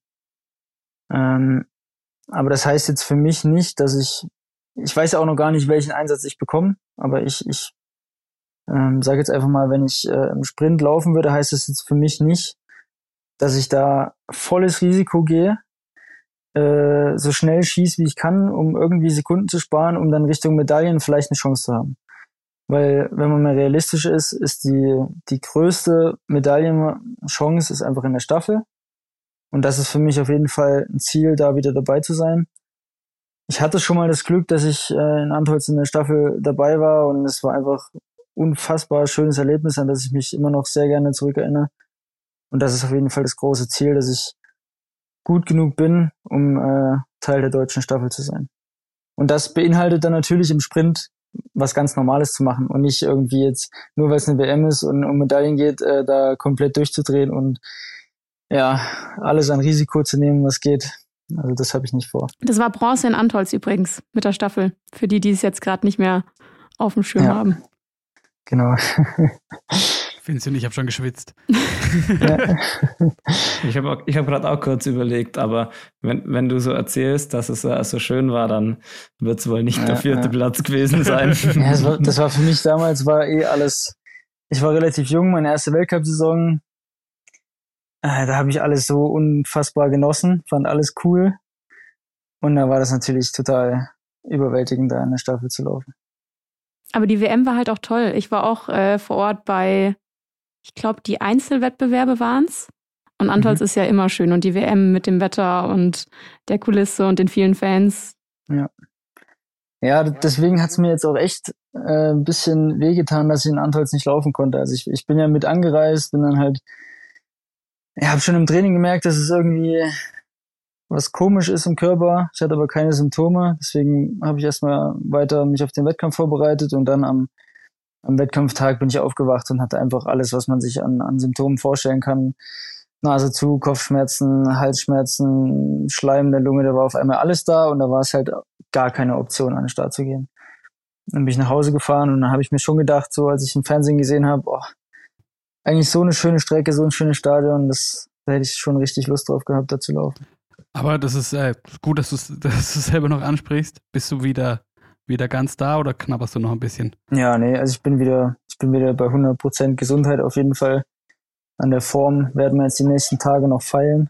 Ähm, aber das heißt jetzt für mich nicht, dass ich, ich weiß ja auch noch gar nicht, welchen Einsatz ich bekomme, aber ich, ich ähm, sage jetzt einfach mal, wenn ich äh, im Sprint laufen würde, heißt das jetzt für mich nicht, dass ich da volles Risiko gehe, äh, so schnell schieße, wie ich kann, um irgendwie Sekunden zu sparen, um dann Richtung Medaillen vielleicht eine Chance zu haben. Weil, wenn man mal realistisch ist, ist die, die größte Medaillenchance ist einfach in der Staffel. Und das ist für mich auf jeden Fall ein Ziel, da wieder dabei zu sein. Ich hatte schon mal das Glück, dass ich äh, in Antholz in der Staffel dabei war und es war einfach unfassbar schönes Erlebnis, an das ich mich immer noch sehr gerne zurückerinnere. Und das ist auf jeden Fall das große Ziel, dass ich gut genug bin, um äh, Teil der deutschen Staffel zu sein. Und das beinhaltet dann natürlich im Sprint was ganz Normales zu machen und nicht irgendwie jetzt, nur weil es eine W M ist und um Medaillen geht, äh, da komplett durchzudrehen und ja, alles an Risiko zu nehmen, was geht. Also das habe ich nicht vor. Das war Bronze in Antholz übrigens mit der Staffel, für die, die es jetzt gerade nicht mehr auf dem Schirm ja. haben. Genau. Vincent, ich habe schon geschwitzt. Ja. Ich habe ich hab gerade auch kurz überlegt, aber wenn, wenn du so erzählst, dass es äh, so schön war, dann wird es wohl nicht Ja, der vierte ja. Platz gewesen sein. Ja, das war, das war für mich damals, war eh alles, ich war relativ jung, meine erste Weltcup-Saison, äh, da habe ich alles so unfassbar genossen, fand alles cool und da war das natürlich total überwältigend, da in der Staffel zu laufen. Aber die W M war halt auch toll. Ich war auch äh, vor Ort bei, ich glaube, die Einzelwettbewerbe waren es. Und Antolz Mhm. ist ja immer schön. Und die W M mit dem Wetter und der Kulisse und den vielen Fans. Ja, ja d- deswegen hat's mir jetzt auch echt äh, ein bisschen wehgetan, dass ich in Antolz nicht laufen konnte. Also ich, ich bin ja mit angereist, bin dann halt, ich habe schon im Training gemerkt, dass es irgendwie was komisch ist im Körper. Ich hatte aber keine Symptome, deswegen habe ich erstmal weiter mich auf den Wettkampf vorbereitet und dann am, am Wettkampftag bin ich aufgewacht und hatte einfach alles, was man sich an, an Symptomen vorstellen kann. Nase zu, Kopfschmerzen, Halsschmerzen, Schleim in der Lunge, da war auf einmal alles da und da war es halt gar keine Option, an den Start zu gehen. Dann bin ich nach Hause gefahren und dann habe ich mir schon gedacht, so als ich im Fernsehen gesehen habe, oh, eigentlich so eine schöne Strecke, so ein schönes Stadion, das, da hätte ich schon richtig Lust drauf gehabt, da zu laufen. Aber das ist äh, gut, dass du es dass du's selber noch ansprichst. Bist du wieder, wieder ganz da oder knabberst du noch ein bisschen? Ja, nee, also ich bin wieder, ich bin wieder bei hundert Prozent Gesundheit auf jeden Fall. An der Form werden wir jetzt die nächsten Tage noch feilen.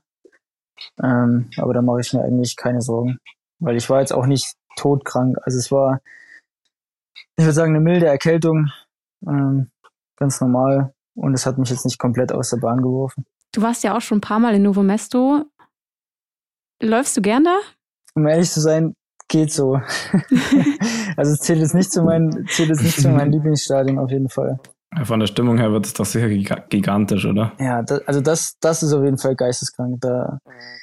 Ähm, aber da mache ich mir eigentlich keine Sorgen. Weil ich war jetzt auch nicht todkrank. Also es war, ich würde sagen, eine milde Erkältung. Ähm, ganz normal. Und es hat mich jetzt nicht komplett aus der Bahn geworfen. Du warst ja auch schon ein paar Mal in Novo Mesto. Läufst du gern da? Um ehrlich zu sein, geht so. Also es zählt jetzt nicht zu meinen, zählt jetzt nicht zu meinen Lieblingsstadien auf jeden Fall. Von der Stimmung her wird es doch sicher giga- gigantisch, oder? Ja, da, also das, das ist auf jeden Fall geisteskrank. Da,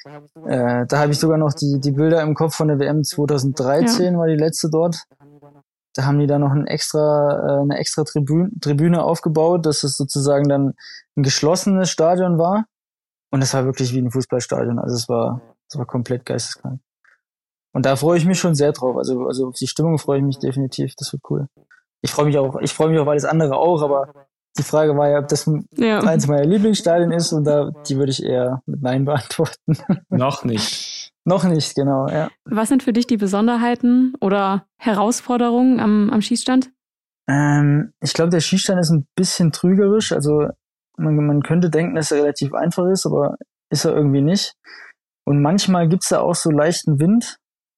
äh, da habe ich sogar noch die, die Bilder im Kopf von der W M zwanzig dreizehn, war die letzte dort. Da haben die da noch ein extra, äh, eine extra Tribüne, Tribüne aufgebaut, dass es sozusagen dann ein geschlossenes Stadion war. Und das war wirklich wie ein Fußballstadion. Also es war, es war komplett geisteskrank. Und da freue ich mich schon sehr drauf. Also, also auf die Stimmung freue ich mich definitiv. Das wird cool. Ich freue mich auch, ich freue mich auf alles andere auch, aber die Frage war ja, ob das Ja. eins meiner Lieblingsstadien ist und da, die würde ich eher mit Nein beantworten. Noch nicht. Noch nicht, genau, ja. Was sind für dich die Besonderheiten oder Herausforderungen am, am Schießstand? Ähm, ich glaube, der Schießstand ist ein bisschen trügerisch. Also man, man könnte denken, dass er relativ einfach ist, aber ist er irgendwie nicht. Und manchmal gibt's da auch so leichten Wind.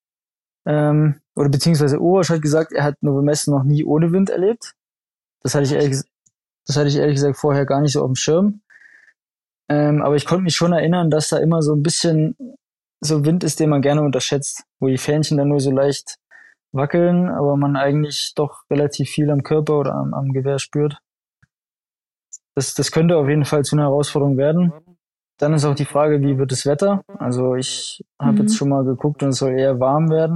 Ähm, oder beziehungsweise Orosch hat gesagt, er hat Novo Mesto noch nie ohne Wind erlebt. Das hatte ich ehrlich, ges- das hatte ich ehrlich gesagt vorher gar nicht so auf dem Schirm. Ähm, aber ich konnte mich schon erinnern, dass da immer so ein bisschen so Wind ist, den man gerne unterschätzt, wo die Fähnchen dann nur so leicht wackeln, aber man eigentlich doch relativ viel am Körper oder am, am Gewehr spürt. Das, das könnte auf jeden Fall zu einer Herausforderung werden. Dann ist auch die Frage, wie wird das Wetter? Also ich habe Mhm. jetzt schon mal geguckt und es soll eher warm werden.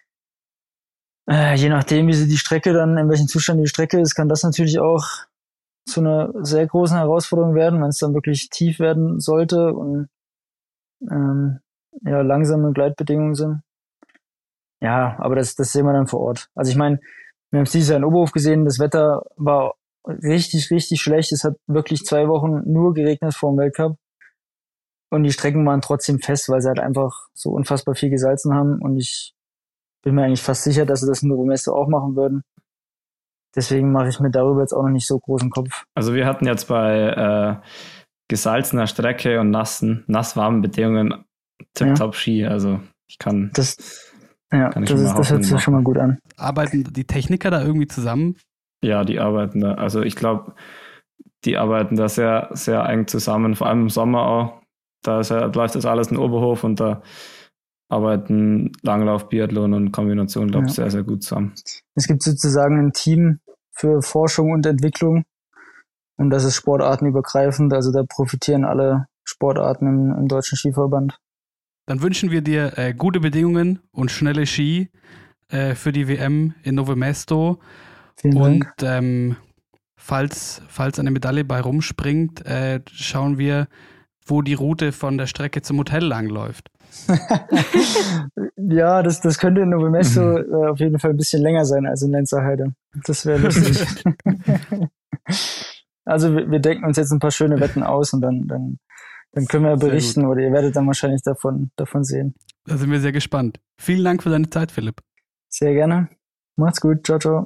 Äh, je nachdem, wie sie die Strecke dann, in welchem Zustand die Strecke ist, kann das natürlich auch zu einer sehr großen Herausforderung werden, wenn es dann wirklich tief werden sollte und ähm, ja, langsame Gleitbedingungen sind. Ja, aber das, das sehen wir dann vor Ort. Also ich meine, wir haben es dieses Jahr in Oberhof gesehen, das Wetter war richtig, richtig schlecht. Es hat wirklich zwei Wochen nur geregnet vor dem Weltcup. Und die Strecken waren trotzdem fest, weil sie halt einfach so unfassbar viel gesalzen haben. Und ich bin mir eigentlich fast sicher, dass sie das in Novo Mesto auch machen würden. Deswegen mache ich mir darüber jetzt auch noch nicht so großen Kopf. Also wir hatten jetzt bei äh, gesalzener Strecke und nassen, nasswarmen Bedingungen tipptopp Ski. Also ich kann, Das, ja, Kann ich das, schon ist, mal das hört Hoffnung sich schon mal gut an. Arbeiten die Techniker da irgendwie zusammen? ja, die arbeiten da. Also ich glaube, die arbeiten da sehr, sehr eng zusammen, vor allem im Sommer auch. Da ist ja, läuft das alles in Oberhof und da arbeiten Langlauf, Biathlon und Kombination, glaube ich, Ja. sehr, sehr gut zusammen. Es gibt sozusagen ein Team für Forschung und Entwicklung. Und das ist sportartenübergreifend. Also da profitieren alle Sportarten im, im Deutschen Skiverband. Dann wünschen wir dir äh, gute Bedingungen und schnelle Ski äh, für die W M in Novo Mesto. Vielen Und Dank. ähm, falls, falls eine Medaille bei rumspringt, äh, schauen wir, wo die Route von der Strecke zum Hotel langläuft. Ja, das, das könnte in Novo Mesto äh, auf jeden Fall ein bisschen länger sein als in Lenzerheide. Das wäre lustig. Also wir, wir denken uns jetzt ein paar schöne Wetten aus und dann, dann, dann können wir berichten oder ihr werdet dann wahrscheinlich davon, davon sehen. Da sind wir sehr gespannt. Vielen Dank für deine Zeit, Philipp. Sehr gerne. Macht's gut. Ciao, ciao.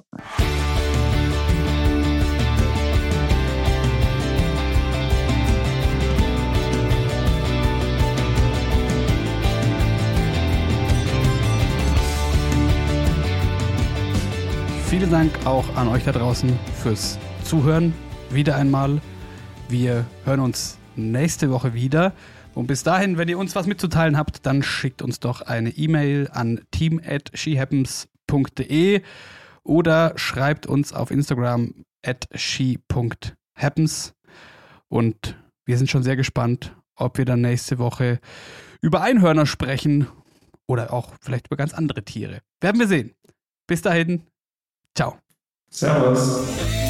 Vielen Dank auch an euch da draußen fürs Zuhören. Wieder einmal. Wir hören uns nächste Woche wieder. Und bis dahin, wenn ihr uns was mitzuteilen habt, dann schickt uns doch eine E-Mail an team at shehappens punkt de oder schreibt uns auf Instagram at she punkt happens. Und wir sind schon sehr gespannt, ob wir dann nächste Woche über Einhörner sprechen oder auch vielleicht über ganz andere Tiere. Werden wir sehen. Bis dahin. Ciao. Servus.